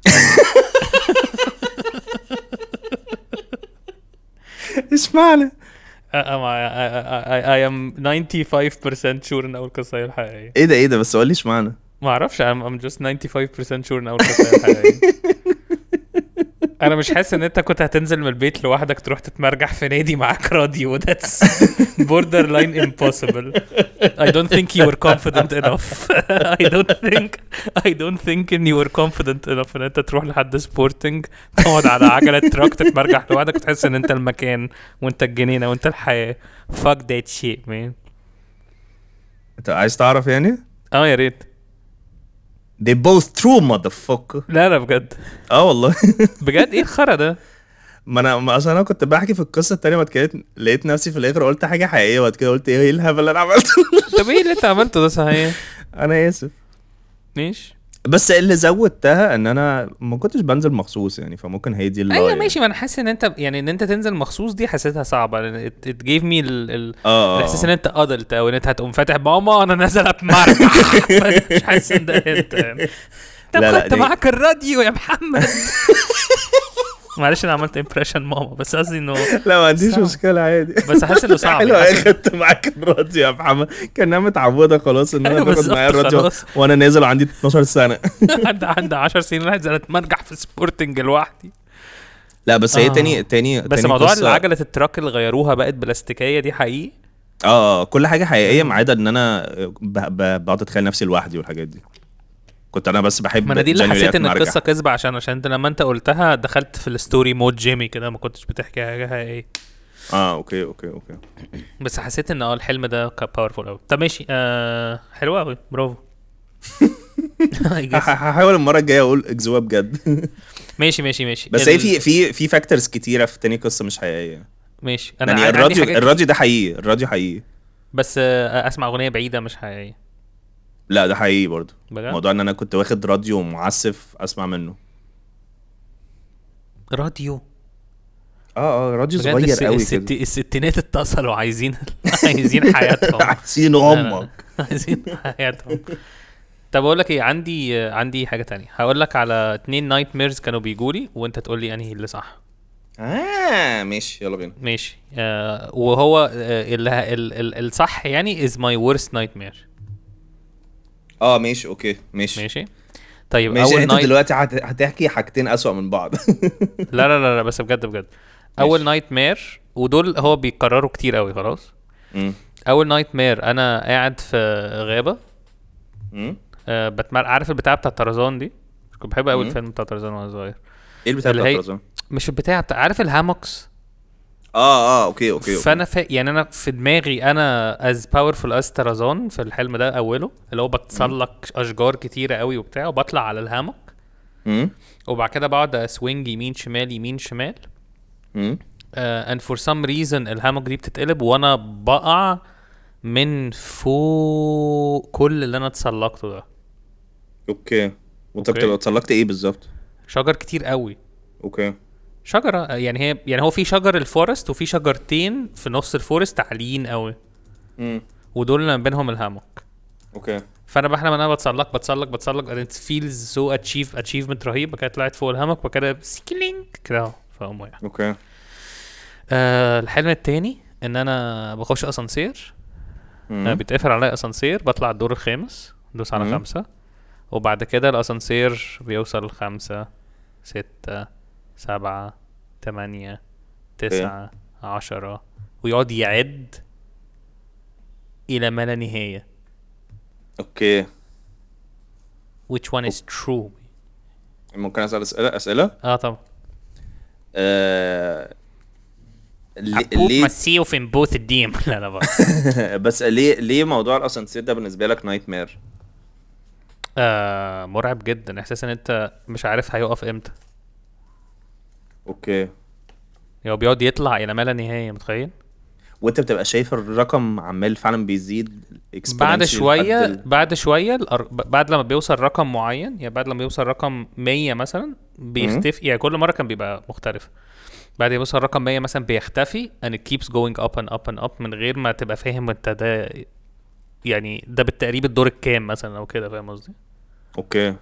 ايش معنى؟ I, I, I am ninety-five percent sure ان اول قصه هي الحقيقيه. ايه ده ايه ده بس قولي ايش معنى. ما اعرفش I'm, I'm just ninety-five percent sure ان اول قصه هي الحقيقيه. انا مش حاسس ان انت كنت هتنزل من البيت لوحدك تروح تتمرجح في نادي معاك راديو. that's borderline impossible. I don't think you were confident enough. I don't think I don't think ان you were confident enough ان انت تروح لحد سبورتنج تقعد على عجلة تراك تتمرجح لوحدك وتحس ان انت المكان وانت الجنينة وانت الحياة. fuck that shit man. انت عايز تعرف يعني؟ اه يا ريت. they both true motherfucker. لا لا بجد اه والله. بجد ايه الخرا ده؟ ما انا ما اصل انا كنت بحكي في القصه التانية، بعد كده لقيت نفسي في الاخر قلت حاجه حقيقيه، وبعد كده قلت ايه الهبل اللي انا عملته. طب ايه اللي انت عملته ده صحيح؟ انا اسف. ماشي بس اللي زودتها ان انا ما كنتش بنزل مخصوص يعني، فممكن هي دي اللي ايوه ماشي. ما انا حاسس ان انت يعني ان انت تنزل مخصوص دي حسيتها صعبه. it, it gave me ال ال اه الاحساس ان انت ادلت او ان انت هتقوم فاتح ماما انا نازل اتمرجح. مش حاسس ان ده انت يعني. طب لا، لا، خدت دي- معاك الراديو يا محمد. معلش انا عملت امبريشن ماما بس قصدي انه لا ما عنديش صعب. مشكله عادي. بس حاسس انه صعب. حلو حاسس- خدت معاك الراديو يا محمد، كانها متعوده خلاص ان انا أيوة باخد بالظبط معايا الراديو خلاص. وانا نازل وعندي اتناشر سنه. عندي عندي عشر سنين نازل اتمرجح في سبورتنج لوحدي. لا بس هي آه. تاني تاني بس تاني موضوع قصة- العجله التراك اللي غيروها بقت بلاستيكيه دي حقيقي. اه كل حاجه حقيقيه ما عدا ان انا ب- ب- بقعد اتخيل نفسي لوحدي والحاجات دي. كنت انا بس بحب ما انا دي اللي genuinely حسيت ان أتمرجح. القصه كذبه عشان عشان انت لما انت قلتها دخلت في الستوري مود جيمي كده ما كنتش بتحكي حاجه حقيقيه. اه اوكي اوكي اوكي. بس حسيت ان اه الحلم ده كان باورفول قوي. طب ماشي آه حلو قوي برافو. I guess. ه- هحاول المره الجايه اقول اكذوبه بجد. ماشي ماشي ماشي. بس ال- هي في في في فاكتورز كتيره في تاني قصه مش حقيقيه. ماشي انا يعني عندي الراديو حاجات الراديو ده حقيقي، الراديو حقيقي. بس آه اسمع اغنيه بعيده مش حقيقيه. لا ده حقيقي برضو. بجد؟ موضوع ان انا كنت واخد راديو معسف اسمع منه. راديو اه اه راديو بجد. صغير الس- قوي الست... كده. الستينات اتصلوا عايزين عايزين حياتهم. عايزين لا، لا، امك. لا. عايزين حياتهم. طب اقول لك ايه، عندي عندي حاجه تانية. هقول لك على اتنين نايت ميرز كانوا بيجوا لي وانت تقول لي انهي اللي صح. اه ماشي يلا بينا. ماشي آه وهو آه ال ال ال الصح يعني is my worst nightmare. اه ماشي اوكي ماشي ماشي طيب. ماشي. اول انت نايت دلوقتي هت- هتحكي حاجتين اسوأ من بعض. لا لا لا لا بس بجد بجد. اول نايت مير ودول هو بيكرروا كتير قوي خلاص. مم. اول نايت مير انا قاعد في غابه مم. آه بتمر عارف البتاع بتاع طرزان دي. كنت بحب قوي مم. الفيلم بتاع طرزان وانا صغير. ايه البتاع اللي بتاع هي- الطرزان؟ مش البتاع بتاع عارف الهاموكس. اه اه اوكي اوكي, أوكي. فانا ف... يعني انا في دماغي انا as powerful as طرزان في الحلم ده اوله اللي هو بتسلق اشجار كتيره قوي وبتاع وبطلع على الهاموك مم. وبعد كده بقعد اسوينج يمين شمال يمين شمال مم. uh, and for some reason الهاموك دي بتتقلب وانا بقع من فوق كل اللي انا اتسلقته ده. اوكي. وانت أوكي. بتبقى اتسلقت ايه بالظبط؟ شجر كتير قوي. اوكي. شجره يعني هي يعني هو في شجر الفورست وفي شجرتين في نص الفورست عاليين قوي مم. ودول اللي ما بينهم الهاموك. اوكي. فانا بحلم ان انا بتسلق بتسلق بتسلق and it feels so achieve achievement رهيب. بعد كده طلعت فوق الهاموك بعد كده سكيلينج كده اهو فاقوم واقع. اوكي. آه الحلم التاني ان انا بخش اسانسير مم. آه بيتقفل عليا اسانسير بطلع الدور الخامس دوس على مم. خمسة وبعد كده الاسانسير بيوصل خمسة ستة سبعة تمانية تسعة عشرة ويقعد يعد الى ما لا نهاية. اوكي. which one is true. ممكن اسال اسئله اسئله اه طبعا. آه... ليه مسيو في بوث الديم لا لا بقى. بس ليه ليه موضوع الاسانسير ده بالنسبه لك نايت مير؟ آه مرعب جدا، احساس ان انت مش عارف هيقف امتى. اوكي. هو بيقعد يطلع الى ما لا نهايه، متخيل؟ وانت بتبقى شايف الرقم عمال فعلا بيزيد بعد شويه ال... بعد شويه الأر... بعد لما بيوصل رقم معين، يعني بعد لما بيوصل رقم مية مثلا بيختفي. يعني كل مره كان بيبقى مختلف. بعد ما يوصل رقم مية مثلا بيختفي and it keeps going up and up and up من غير ما تبقى فاهم انت ده يعني ده بالتقريب الدور الكام مثلا او كده، فاهم قصدي؟ اوكي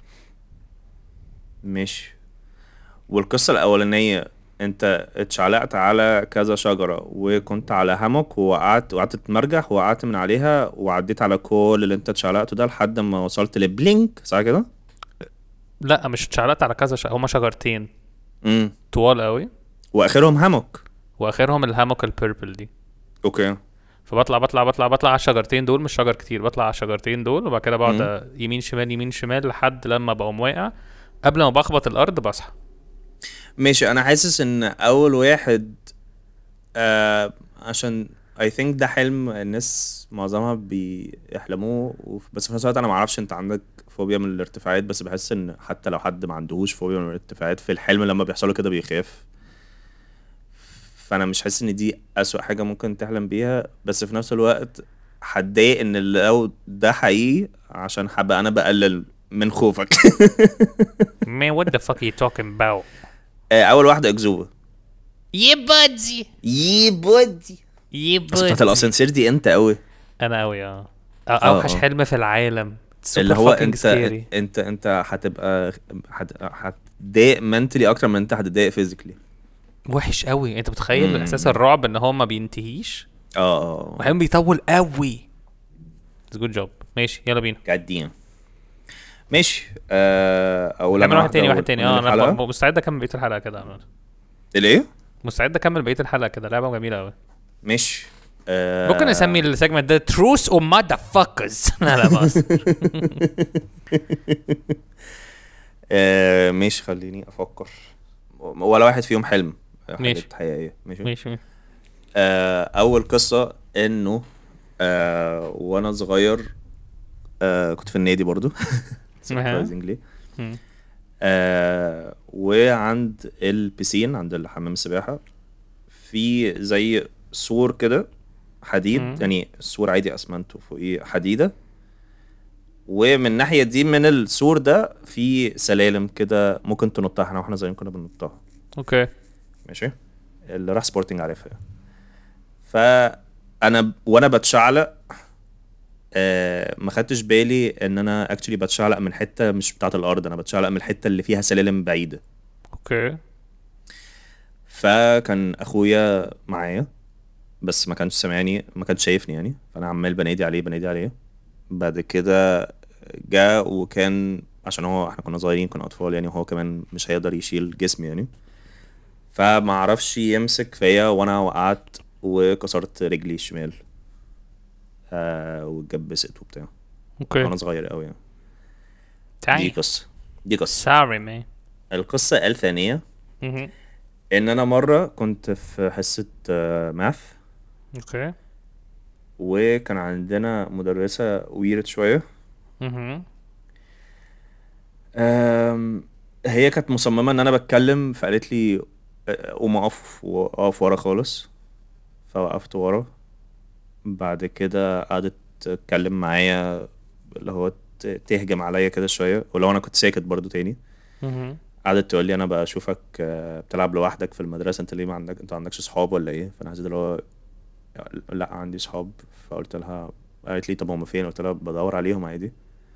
ماشي. والقصه الاولانيه انت اتشعلقت على كذا شجره وكنت على همك ووقعت وقعدت تتمرجح ووقعت من عليها وعديت على كل اللي انت اتشعلقته ده لحد ما وصلت لبلينك، صح كده؟ لا مش اتشعلقت على كذا ش... هما شجرتين امم طوال قوي واخرهم همك واخرهم الهاموك البيربل دي. اوكي. فبطلع بطلع بطلع بطلع على الشجرتين دول، مش شجر كتير، بطلع على الشجرتين دول وبعد كده بقعد يمين شمال يمين شمال لحد لما بقوم واقع. قبل ما بخبط الارض بصحى. ماشي. انا حاسس ان اول واحد آه عشان I think ده حلم الناس معظمها بيحلموه وف... بس في نفس الوقت انا معرفش انت عندك فوبيا من الارتفاعات، بس بحس ان حتى لو حد ما عندهوش فوبيا من الارتفاعات في الحلم لما بيحصله كده بيخاف. فانا مش حاسس ان دي اسوأ حاجة ممكن تحلم بيها، بس في نفس الوقت هتضايق ان لو ده حقيقي عشان حابة انا بقلل من خوفك. Man what the fuck are you talking about؟ اول واحدة اكذوبة. يبادي يبودي يبادي بتاعت الاسانسير دي انت قوي. انا قوي اه اوحش آه. حلم في العالم اللي هو fucking انت scary. انت انت هتبقى هت- هتضايق منتلي اكتر من انت هتضايق فيزيكلي. وحش قوي. انت متخيل احساس الرعب ان هو ما بينتهيش اه اه وحين بيطول قوي. جود جوب. ماشي يلا بينا قاعدين. ماشي. آه اقول نعمل انا واحد تاني واحدة واحد تاني من اه انا الحلقة. ب- مستعد اكمل بقيه الحلقه كده عمال. الايه؟ مستعد اكمل بقيه الحلقه كده، لعبه جميله قوي. ماشي. آه ممكن نسمي السيجمنت ده تروس او ماذر فاكرز. لا لا بس آه ماشي خليني افكر. ولا واحد فيهم حلم ماشي. حاجات حقيقية. ماشي. ماشي آه اول قصة انه آه وانا صغير آه كنت في النادي برضو surprisingly. مم. آه وعند البسين عند الحمام السباحة في زي سور كده حديد. مم. يعني سور عادي اسمنت وفوقيه حديدة، ومن الناحية دي من السور ده في سلالم كده ممكن تنطها. احنا واحنا صغيرين كنا بننطها. اوكي ماشي. اللي راح سبورتنج عارفها. فانا ب... وانا بتشعلق آه ما خدتش بالي ان انا اكشلي بتشعلق من حته مش بتاعه الارض، انا بتشعلق من الحته اللي فيها سلالم بعيده. اوكي فكان اخويا معايا بس ما كانش سامعني، ما كانش شايفني يعني. فانا عمال بنادي عليه بنادي عليه. بعد كده جاء وكان عشان هو احنا كنا صغيرين كنا اطفال يعني، وهو كمان مش هيقدر يشيل جسمي يعني، فما عرفش يمسك فيا وانا وقعت وكسرت رجلي الشمال. آه واتجبست وبتاع اوكي وانا صغير قوي يعني. دي تعي قصه دي قصه سوري مان. القصه الثانيه ان انا مره كنت في حصه آه ماث، اوكي وكان عندنا مدرسه ويرد شويه. اها آم، هي كانت مصممه ان انا بتكلم، فقالت لي آه، قوم اقف واقف ورا خالص. فوقفت ورا. بعد كده قعدت تتكلم معايا اللي هو ت- تهجم عليا كده شويه، ولو انا كنت ساكت برضو تاني. اها قعدت تقول لي انا بشوفك آه، بتلعب لوحدك في المدرسه، انت ليه ما عندك انت ما عندكش صحاب ولا ايه؟ فانا حسيت اللي هو لا عندي صحاب. فقلت لها، قالت لي طب هم فين؟ قلت لها بدور عليهم عادي.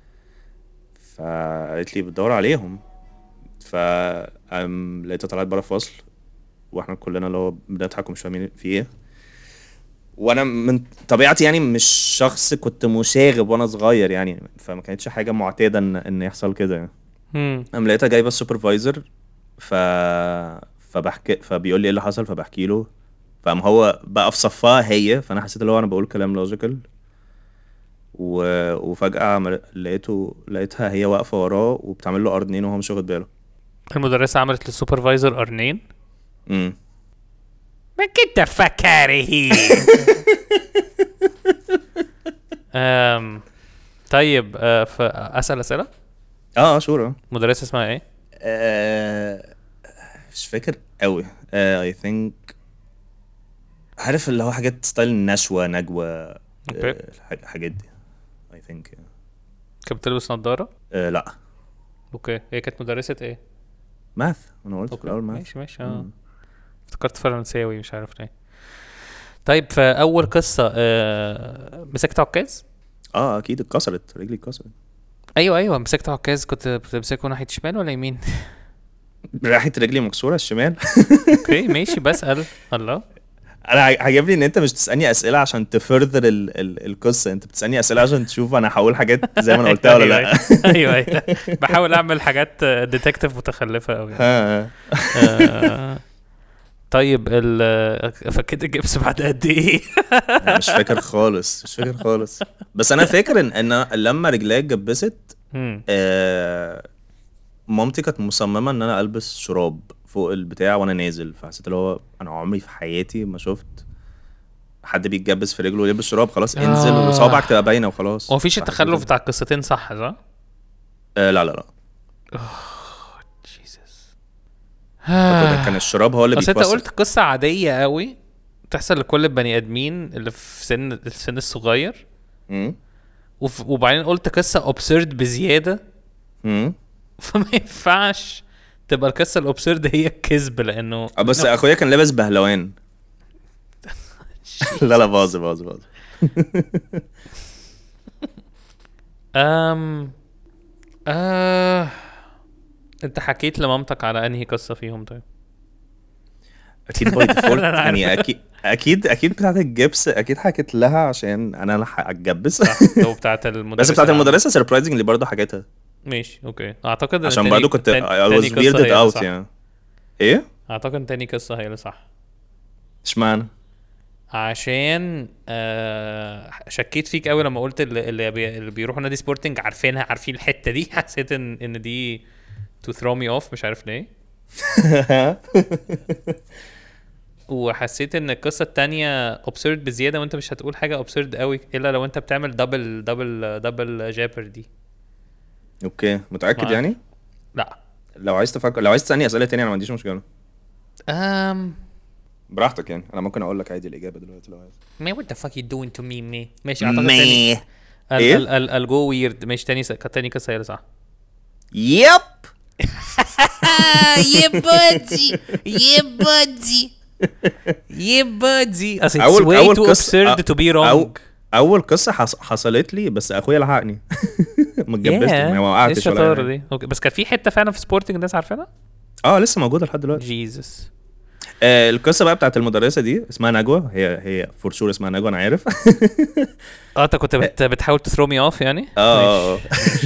فقالت لي بتدور عليهم. ف أم لقيتها طلعت بره الفصل واحنا كلنا اللي هو بنضحك ومش فاهمين في ايه. وانا من طبيعتي يعني مش شخص كنت مشاغب وانا صغير يعني، فما كانتش حاجه معتاده ان ان يحصل كده يعني. امم قام لقيتها جايبه السوبرفايزر. ف فبحكي فبيقول لي ايه اللي حصل، فبحكي له. فقام هو بقى في صفها هي، فانا حسيت اللي هو انا بقول كلام لوجيكال. و... وفجاه عمل... لقيته لقيتها هي واقفه وراه وبتعمل له قرنين وهو مش واخد باله. المدرسه عملت للسوبرفايزر قرنين. امم ما كنت فكاره. أم طيب أه اسال اسئله. اه شورى. مدرسه اسمها ايه؟ آه مش فاكر قوي. اي ثينك عارف اللي هو حاجات ستايل نشوة نجوى. اوكي. الحاجات دي اي ثينك. كانت بتلبس نظاره؟ آه لا. اوكي. هي كانت مدرسه ايه؟ ماث. انا قلت في الاول ماث. ماشي ماشي. اه افتكرت فرنساوي مش عارف ليه. طيب في اول قصه آه مسكت عكاز؟ اه اكيد اتكسرت رجلي اتكسرت. ايوه ايوه مسكت عكاز. كنت بتمسكه ناحيه شمال ولا يمين؟ راحت رجلي مكسوره الشمال. اوكي ماشي بسال. الله. انا عجبني ان انت مش بتسالني اسئله عشان تفرذر ال ال القصه، انت بتسالني اسئله عشان تشوف انا هقول حاجات زي ما انا قلتها ولا لا. ايوه ايوه بحاول اعمل حاجات ديتكتيف متخلفه قوي. طيب ال فكيت الجبس بعد قد ايه؟ مش فاكر خالص مش فاكر خالص بس انا فاكر ان ان لما رجلي اتجبست آه مامتي كانت مصممه ان انا البس شراب فوق البتاع وانا نازل، فحسيت اللي هو انا عمري في حياتي ما شفت حد بيتجبس في رجله ويلبس شراب. خلاص انزل آه. وصابعك تبقى باينه وخلاص. ومفيش التخلف بتاع القصتين صح صح؟ آه لا لا لا. جيسس. كان الشراب هو اللي بس بيتوسع. انت قلت قصه عاديه قوي بتحصل لكل البني ادمين اللي في سن السن الصغير. امم وبعدين قلت قصه ابسورد بزياده. امم فما ينفعش تبقى القصه الابسورد هي الكذب لانه بس اخويا كان لابس بهلوان. لا لا باظ باظ باظ. امم اه انت حكيت لمامتك على انهي قصه فيهم؟ طيب اكيد باي ديفولت يعني اكيد اكيد اكيد بتاعت الجبس اكيد حكيت لها عشان انا اللي هتجبس. لو بتاعت المدرسه بس بتاعت المدرسه سربرايزنجلي برضه حكيتها. ماشي اوكي. اعتقد عشان برضه كنت I was weirded out يعني. ايه اعتقد تاني قصه هي اللي صح. اشمعنى؟ عشان آه شكيت فيك قوي لما قلت اللي, اللي, بي اللي بيروحوا نادي سبورتنج عارفينها عارفين الحته دي. حسيت ان ان دي to throw me off مش عارف ليه. وحسيت ان القصه التانية absurd بزياده وانت مش هتقول حاجه absurd قوي الا لو انت بتعمل دبل دبل دبل جابر دي. اوكي متاكد يعني؟ لا لو عايز تفكر لو عايز تسالني اسئله تانية انا ما عنديش مشكله. امم براحتك يعني انا ممكن اقول لك عادي الاجابه دلوقتي لو عايز. ما what the fuck you doing to me me ماشي. اعتقد تاني ال ال ال الجو ويرد ماشي. تاني تاني قصه هي صح. يب يا بودي يا بودي يا بودي. اصل it's way too absurd to be wrong. اول قصه حصلت لي بس اخويا لحقني. ما اتجبست ما وقعتش ولا دي. اوكي بس كان في حته فعلا في سبورتنج الناس عارفينها. اه لسه موجوده لحد دلوقتي. جيسس. آه القصه بقى بتاعت المدرسه دي اسمها نجوى. هي هي فور شور اسمها نجوى انا عارف. اه انت كنت بت بتحاول تثرو مي اوف يعني. اه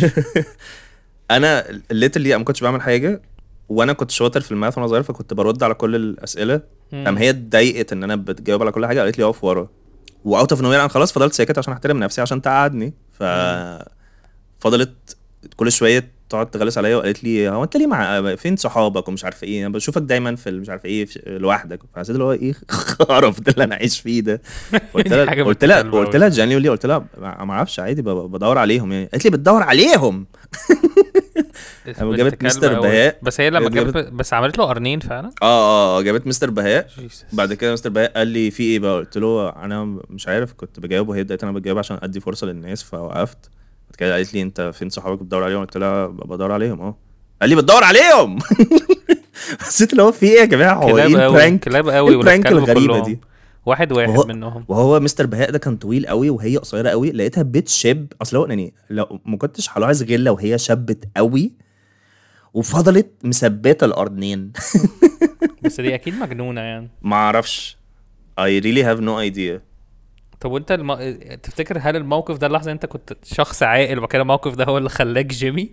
انا الليتلي ما كنتش بعمل حاجه وانا كنت شاطر في الماث وانا صغير فكنت برد على كل الاسئله. قام هي اتضايقت ان انا بتجاوب على كل حاجه قالت لي اقف ورا واوت اوف نوير انا خلاص فضلت ساكت عشان احترم نفسي عشان تقعدني. ف فضلت كل شويه تقعد تغلس عليا وقالت لي هو انت ليه مع فين صحابك ومش عارف ايه انا بشوفك دايما في مش عارف ايه لوحدك. فحسيت اللي هو ايه خرف ده اللي انا عايش فيه ده. قلت لها قلت لها قلت لها جانيولي قلت لها ما اعرفش عادي بدور عليهم يعني. قالت لي بتدور عليهم. جابت مستر بهاء بس هي لما جابت بس عملت له قرنين فعلا. اه اه جابت مستر بهاء. بعد كده مستر بهاء قال لي في ايه بقى قلت له انا مش عارف كنت بجاوب وهي بدأت انا بجاوب عشان ادي فرصه للناس فوقفت. بعد كده قالت لي انت فين صحابك بتدور عليهم قلت لها بدور عليهم اه. قال لي بتدور عليهم. حسيت اللي هو في ايه يا جماعه هو ايه البرانك كلاب قوي البرانك الغريبه دي. واحد واحد وهو منهم وهو مستر بهاء ده كان طويل قوي وهي قصيره قوي لقيتها بتشب اصل هو يعني لو ما كنتش هلاحظ غير لو هي شبت قوي وفضلت مثبته القرنين. بس دي اكيد مجنونه يعني. ما اعرفش I really have no idea. طب وانت الم... تفتكر هل الموقف ده اللحظه انت كنت شخص عاقل وبعد كده الموقف ده هو اللي خلاك جيمي؟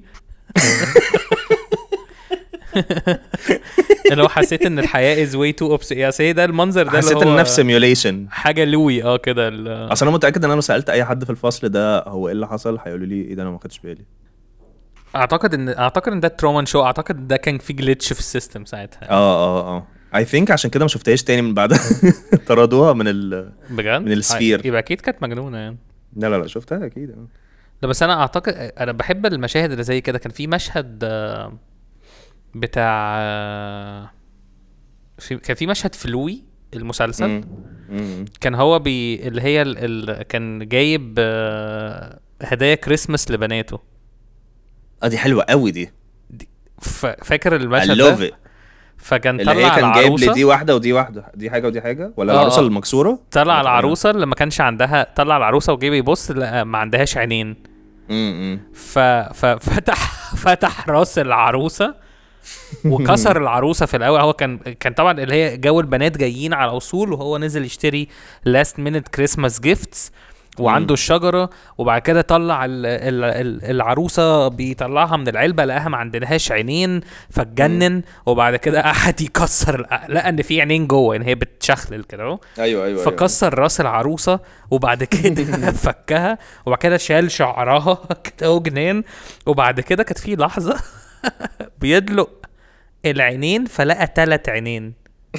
اللي هو حسيت ان الحياه is way too obs يعني سي ده المنظر ده حسيت ان نفس سيميوليشن حاجه لوي اه كده. اصل انا متاكد ان انا لو سالت اي حد في الفصل ده هو ايه اللي حصل هيقولوا لي ايه ده انا ما خدتش بالي. اعتقد ان اعتقد ان ده ترومان شو. اعتقد ده كان في جليتش في السيستم ساعتها. اه اه اه I think عشان كده ما شفتهاش تاني من بعدها. طردوها من ال بجد من السفير. يبقى اكيد كانت مجنونه يعني. لا لا لا شفتها اكيد. لا بس انا اعتقد انا بحب المشاهد اللي زي كده. كان في مشهد آه، بتاع آه، في كان في مشهد في لوي المسلسل. مم. مم. كان هو بي اللي هي ال... ال... كان جايب آه، هدايا كريسمس لبناته. اه دي حلوه قوي دي. ف... فاكر I المشهد love ده؟ it. فكان اللي هي طلع كان جايب لي العروسه دي واحده ودي واحده، دي حاجه ودي حاجه، ولا آه، العروسه آه. المكسوره؟ طلع العروسه اللي ما كانش عندها، طلع العروسه وجاي يبص لا ما عندهاش عينين. امم ف... ففتح فتح راس العروسه وكسر العروسه في الاول. هو كان كان طبعا اللي هي جو البنات جايين على اصول، وهو نزل يشتري لاست مينت كريسماس جيفتس وعنده الشجره. وبعد كده طلع ال ال ال العروسه بيطلعها من العلبه لقاها ما عندهاش عينين فاتجنن. وبعد كده قعد يكسر، لقى ان في عينين جوه ان هي بتشخلل كده اهو. ايوه ايوه فكسر راس العروسه وبعد كده فكها وبعد كده شال شعرها كده اهو جنان. وبعد كده كانت في لحظه بيدلق العينين فلقى ثلاث عينين.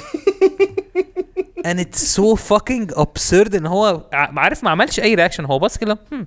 and it's so fucking absurd ان هو عارف ما عملش اي رياكشن، هو بس كده هم.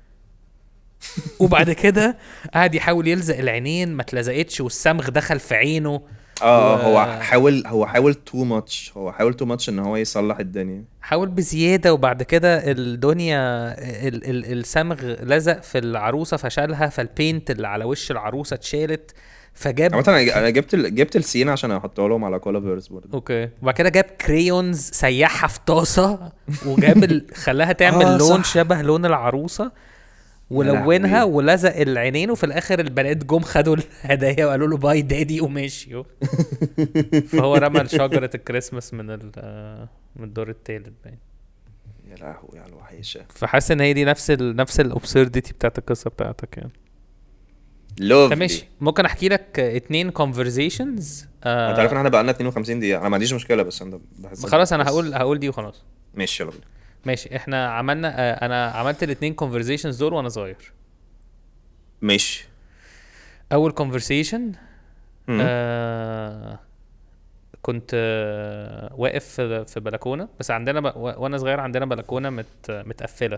وبعد كده قاعد يحاول يلزق العينين ما اتلزقتش والصمغ دخل في عينه. اه و... هو حاول هو حاول تو ماتش هو حاول تو ماتش ان هو يصلح الدنيا، حاول بزياده. وبعد كده الدنيا ال... ال... الصمغ لزق في العروسه فشالها، فالبينت اللي على وش العروسه اتشالت. فجاب عامه انا جبت ال... جبت السين عشان احطها لهم على كولافيرز برضه. اوكي. وبعد كده جاب كريونز سيحها في طاسه وجاب ال... خلاها تعمل آه لون صح. شبه لون العروسه ولونها ولزق العينين. وفي الاخر البنات جم خدوا الهدايا وقالوا له باي دادي ومشيوا. فهو رمى شجره الكريسماس من ال... من الدور الثالث باين. يا لهوي على الوحيشه. فحاسس ان هي دي نفس ال... نفس الابسورديتي بتاعت القصه بتاعتك يعني. لوفلي. ماشي ممكن احكي لك اتنين conversations. آه انت عارف ان احنا بقى لنا اتنين وخمسين دقيقه، انا ما عنديش مشكله بس انا بحس خلاص انا هقول هقول دي وخلاص. ماشي يلا بينا. ماشي احنا عملنا آه انا عملت الاتنين conversations دول وانا صغير. ماشي. اول conversation مم. آه كنت آه واقف في في بلكونه، بس عندنا ب... وانا صغير عندنا بلكونه مت... متقفله.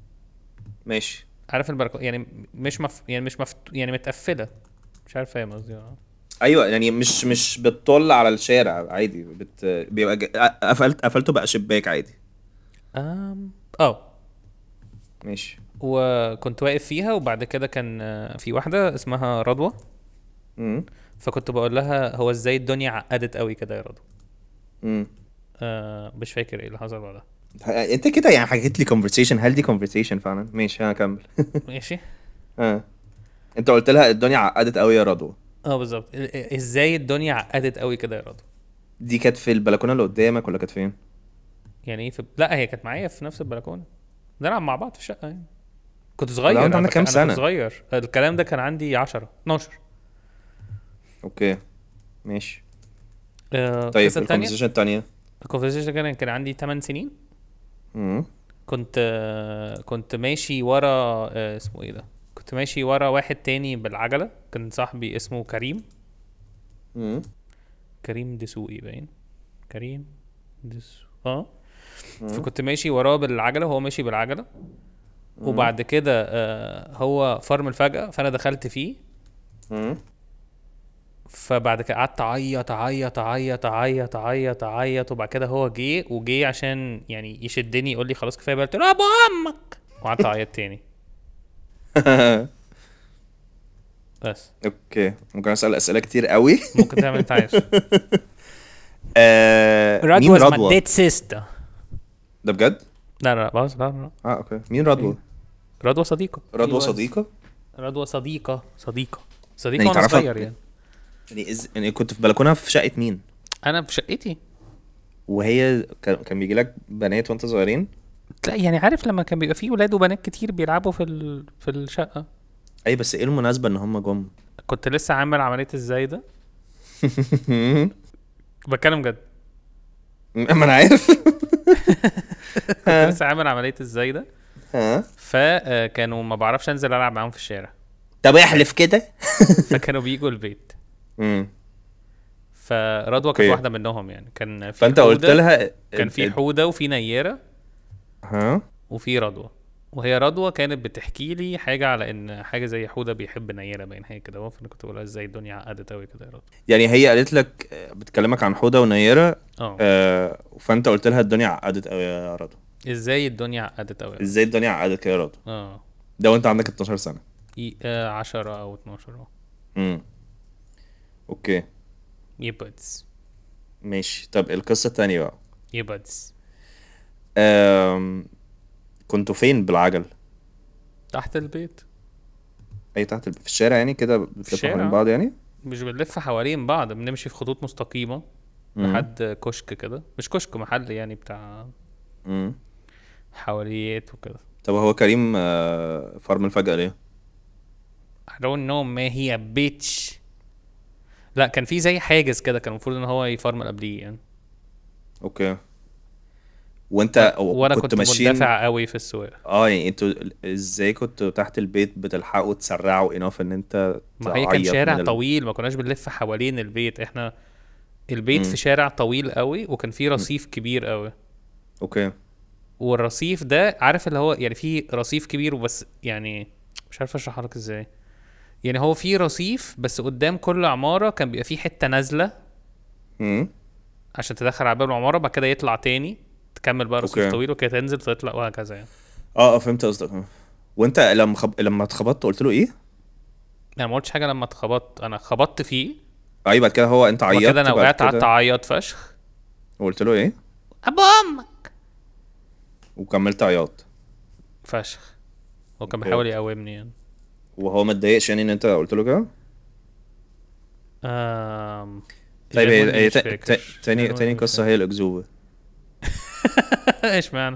ماشي. عارف البلكونه يعني مش مف... يعني مش مفت... يعني متقفله. مش عارف فاهم قصدي اه ايوه يعني مش مش بتطل على الشارع عادي، بت... بيبقى ج... قفلت قفلته بقى شباك عادي. أم... اه ماشي. وكنت واقف فيها. وبعد كده كان آه، في واحده اسمها رضوى. امم فكنت بقول لها هو ازاي الدنيا عقدت قوي كده يا رضوى. امم آه مش فاكر ايه اللي حصل بعدها. انت كده يعني حكيت لي conversation، هل دي conversation فعلا؟ ماشي هكمل. ماشي اه انت قلت لها الدنيا عقدت قوي يا رضوى. اه بالظبط. ا- ازاي الدنيا عقدت قوي كده يا رضوى. دي كانت في البلكونه اللي قدامك ولا كانت فين؟ يعني ايه في... لا هي كانت معايا في نفس البلكونه، نلعب مع بعض في الشقه يعني. كنت لا، صغير. انت أنا عندك بك- كام أنا سنة؟ كنت صغير. الكلام ده كان عندي عشرة اتناشر. اوكي ماشي. آه طيب القصة التانية الكونفرسيشن الثانيه. الكونفرسيشن كان كان عندي ثمانية سنين. امم كنت آه كنت ماشي ورا آه اسمه ايه ده كنت ماشي ورا واحد تاني بالعجله، كان صاحبي اسمه كريم. امم كريم دسوقي باين. كريم دسو اه فكنت ماشي وراه بالعجله وهو ماشي بالعجله. وبعد كده آه هو فرمل فجأة فانا دخلت فيه. امم فبعد كده قعدت اعيط اعيط اعيط اعيط اعيط اعيط. وبعد كده هو جه وجه عشان يعني يشدني يقول لي خلاص كفايه بقى. قلت له ابو امك وقعدت اعيط تاني. بس اوكي ممكن اسال اسئله كتير قوي. ممكن تعمل انت عايز. آه مين رضوى my رضوى؟ dead sister. ده بجد؟ لا لا بس لا لا اه اوكي مين رضوى؟ رضوى صديقة. رضوى صديقه؟ رضوى صديقة صديقة صديقة يعني وانا تعرفها؟ صغير يعني. يعني إز... يعني كنت في بلكونه في شقه مين؟ انا في شقتي. وهي كان كان بيجي لك بنات وانت صغيرين؟ لا يعني عارف لما كان بيبقى فيه ولاد وبنات كتير بيلعبوا في ال... في الشقة. اي بس ايه المناسبه ان هم جم؟ كنت لسه عامل عملية الزايدة. بتكلم جد. ما انا عارف. كنت لسه عامل عملية الزايدة. ها فكانوا ما بعرفش انزل العب معاهم في الشارع. طب احلف كده. فكانوا بييجوا البيت. امم فرضوى كانت واحده منهم يعني. كان في فانت قلت لها كان في حوده وفي نيره ها وفي رضوى. وهي رضوى كانت بتحكي لي حاجه على ان حاجه زي حوده بيحب نيره باين هي كده. فانا كنت بقول ازاي الدنيا عقدت قوي كده يا رضوى. يعني هي قالت لك بتكلمك عن حوده ونيره اه آه فانت قلت لها الدنيا عقدت قوي يا رضوى. ازاي الدنيا عقدت قوي ازاي الدنيا عقدت كده يا رضوى؟ اه ده وانت عندك اتناشر سنه. آه عشرة او اتناشر. اه امم اوكي يبدز. ماشي. طب القصه الثانيه بقى. يبدز. أم... كنتوا فين بالعجل؟ تحت البيت. اي تحت الب... في الشارع يعني كده بتلفوا الشارع. حوالين بعض يعني؟ مش بنلف حوالين بعض، بنمشي في خطوط مستقيمة مم. لحد كشك كده. مش كشك، محل يعني بتاع امم حواليات وكده. طب هو كريم آه، فرمل فجأة ليه؟ I don't know ما هي bitch. لا كان في زي حاجز كده كان المفروض ان هو يفرمل قبليه يعني. اوكي. وانت وانا كنت كنت ماشيين مندفع قوي في السواقه. اه يعني انتوا ازاي كنتوا تحت البيت بتلحقوا تسرعوا اناف ان انت ما هي كان تعيط شارع من ال... طويل، ما كناش بنلف حوالين البيت. احنا البيت مم. في شارع طويل قوي وكان فيه رصيف كبير قوي. اوكي والرصيف ده عارف اللي هو يعني فيه رصيف كبير وبس يعني مش عارف اشرحها لك ازاي. يعني هو فيه رصيف بس قدام كل عمارة كان بيبقى فيه حتة نازلة امم عشان تدخل على باب العمارة، بعد كده يطلع تاني تكمل بقى رصيف أوكي. طويل وكده تنزل وتطلع وهكذا يعني. اه اه فهمت قصدك. آه. وانت لما خب... لما اتخبطت قلت له ايه؟ انا ما قلتش حاجة لما اتخبطت، انا خبطت فيه ايوه بعد كده هو انت وبعد عيطت كده انا بعد وقعت قعدت كده اعيط فشخ. وقلت له ايه؟ ابو امك. وكملت عياط فشخ. هو كان أوكي. بيحاول يقومني يعني. وهو ما اتضايقش يعني ان انت قلت له كده؟ آم... طيب هي genuinely هي مش تا- فاكر. تا- تاني genuinely تاني مش قصة هي الأكذوبة. فاكر. ايش معنى؟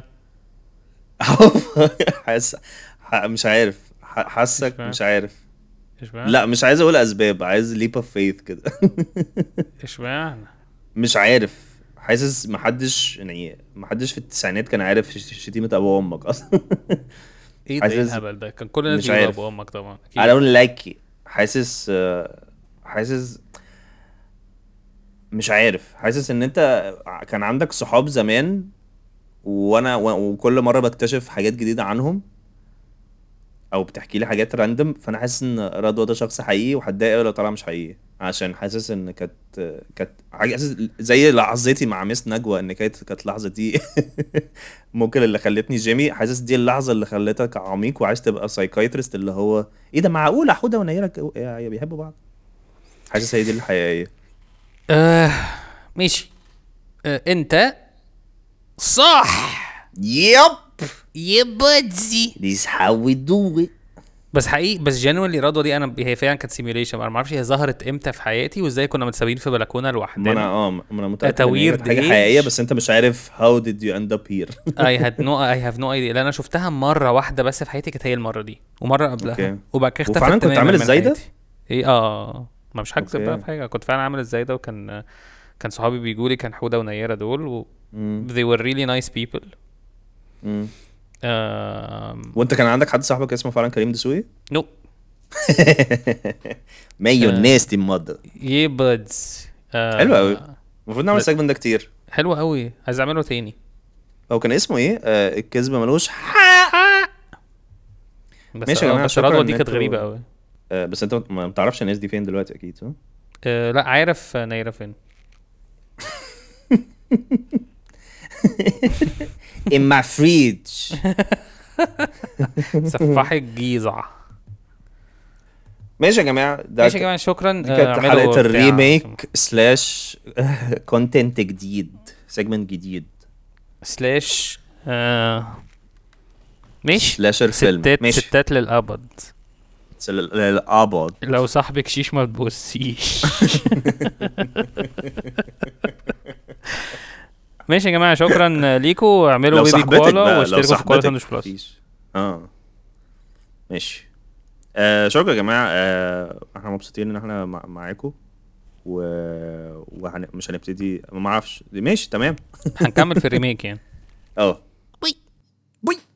حاسس ح- مش عارف ح- حاسك اشمعنى؟ مش عارف. ايش معنى؟ لا مش عايز اقول اسباب، عايز leap of faith كده. ايش معنى؟ مش عارف. حاسس محدش يعني محدش في التسعينات كان عارف ش- شتيمة ابو امك اصلا. ايه ده؟ ايه حاسس الهبل ده؟ كان كل الناس مش بيقولوا عارف. ابو امك طبعا I اكيد. don't like it. حاسس آه، حاسس مش عارف. حاسس ان انت كان عندك صحاب زمان وانا و- وكل مرة بكتشف حاجات جديدة عنهم او بتحكي لي حاجات راندم، فانا حاسس ان رضوى ده شخص حقيقي وهتضايق لو طلع مش حقيقي، عشان حاسس ان كانت كانت حاجه حاسس زي لحظتي مع ميس نجوى ان كانت كانت اللحظه دي ممكن اللي خلتني جيمي. حاسس دي اللحظه اللي خلتك عميق وعايز تبقى سايكايترست، اللي هو ايه ده معقول حوده ونيره ك- يا- بيحبوا بعض. حاسس هي دي الحقيقيه. آه ماشي. آه انت صح يب يبدزي. this how we do it. بس حقيقي. بس جنوالي رضوى دي انا هي فعلا كانت سيميوليشن. انا ما اعرفش هي ظهرت امتى في حياتي وازاي كنا متسابين في بلكونه ما انا لوحدنا. اه ما انا متاكد At a ان هي weird كانت حاجه age. حقيقيه بس انت مش عارف how did you end up here. I had no I have no idea. لأن انا شفتها مره واحده بس في حياتي، كانت هي المره دي ومره قبلها. أوكي. وبعد كده اختفت وفعلاً كنت تماماً عامل من إزاي ده؟ حياتي. ايه اه ما مش هكذب أوكي. بقى في حاجه. كنت فعلا عامل ازاي ده. وكان كان صحابي بيجوا لي كان حوده ونيره دول و مم. they were really nice people. مم. آم... وانت كان عندك حد صاحبك اسمه فعلا كريم دسوقي؟ نو مايو آه. ناستي مادر. يبدز. آه... حلو قوي. المفروض نعمل بس- سيجمنت ده كتير. حلو قوي. عايز اعمله تاني. هو كان اسمه ايه؟ آه الكذب ملوش بس ماشي يا آه جماعة، بس شكراً رضوى إن دي كانت انتوا- غريبه قوي. آه بس انت ما بتعرفش الناس دي فين دلوقتي اكيد صح؟ آه لا عارف نيره فين. in my fridge. سفاح الجيزه. ماشي يا جماعه ده ماشي يا جماعه شكرا. دي آه، كانت اعملوا حلقه بتاع- الريميك سلاش كونتنت جديد، سيجمنت جديد سلاش آه... ماشي. سلاش الفيلم. ستات ماشي. ستات للأبد. الابد. لو صاحبك شيش ما تبصيش. ماشي يا جماعه شكرا ليكوا. اعملوا لو بيبي صاحبتك كوالا بقى، لو واشتركوا في كوالا صاحبتك ساندويتش بلس. مفيش. اه ماشي. آه شكرا يا جماعه. آه احنا مبسوطين ان احنا مع... معاكم و... وهن... مش هنبتدي ما اعرفش. ماشي تمام. هنكمل في الريميك يعني. اه وي. وي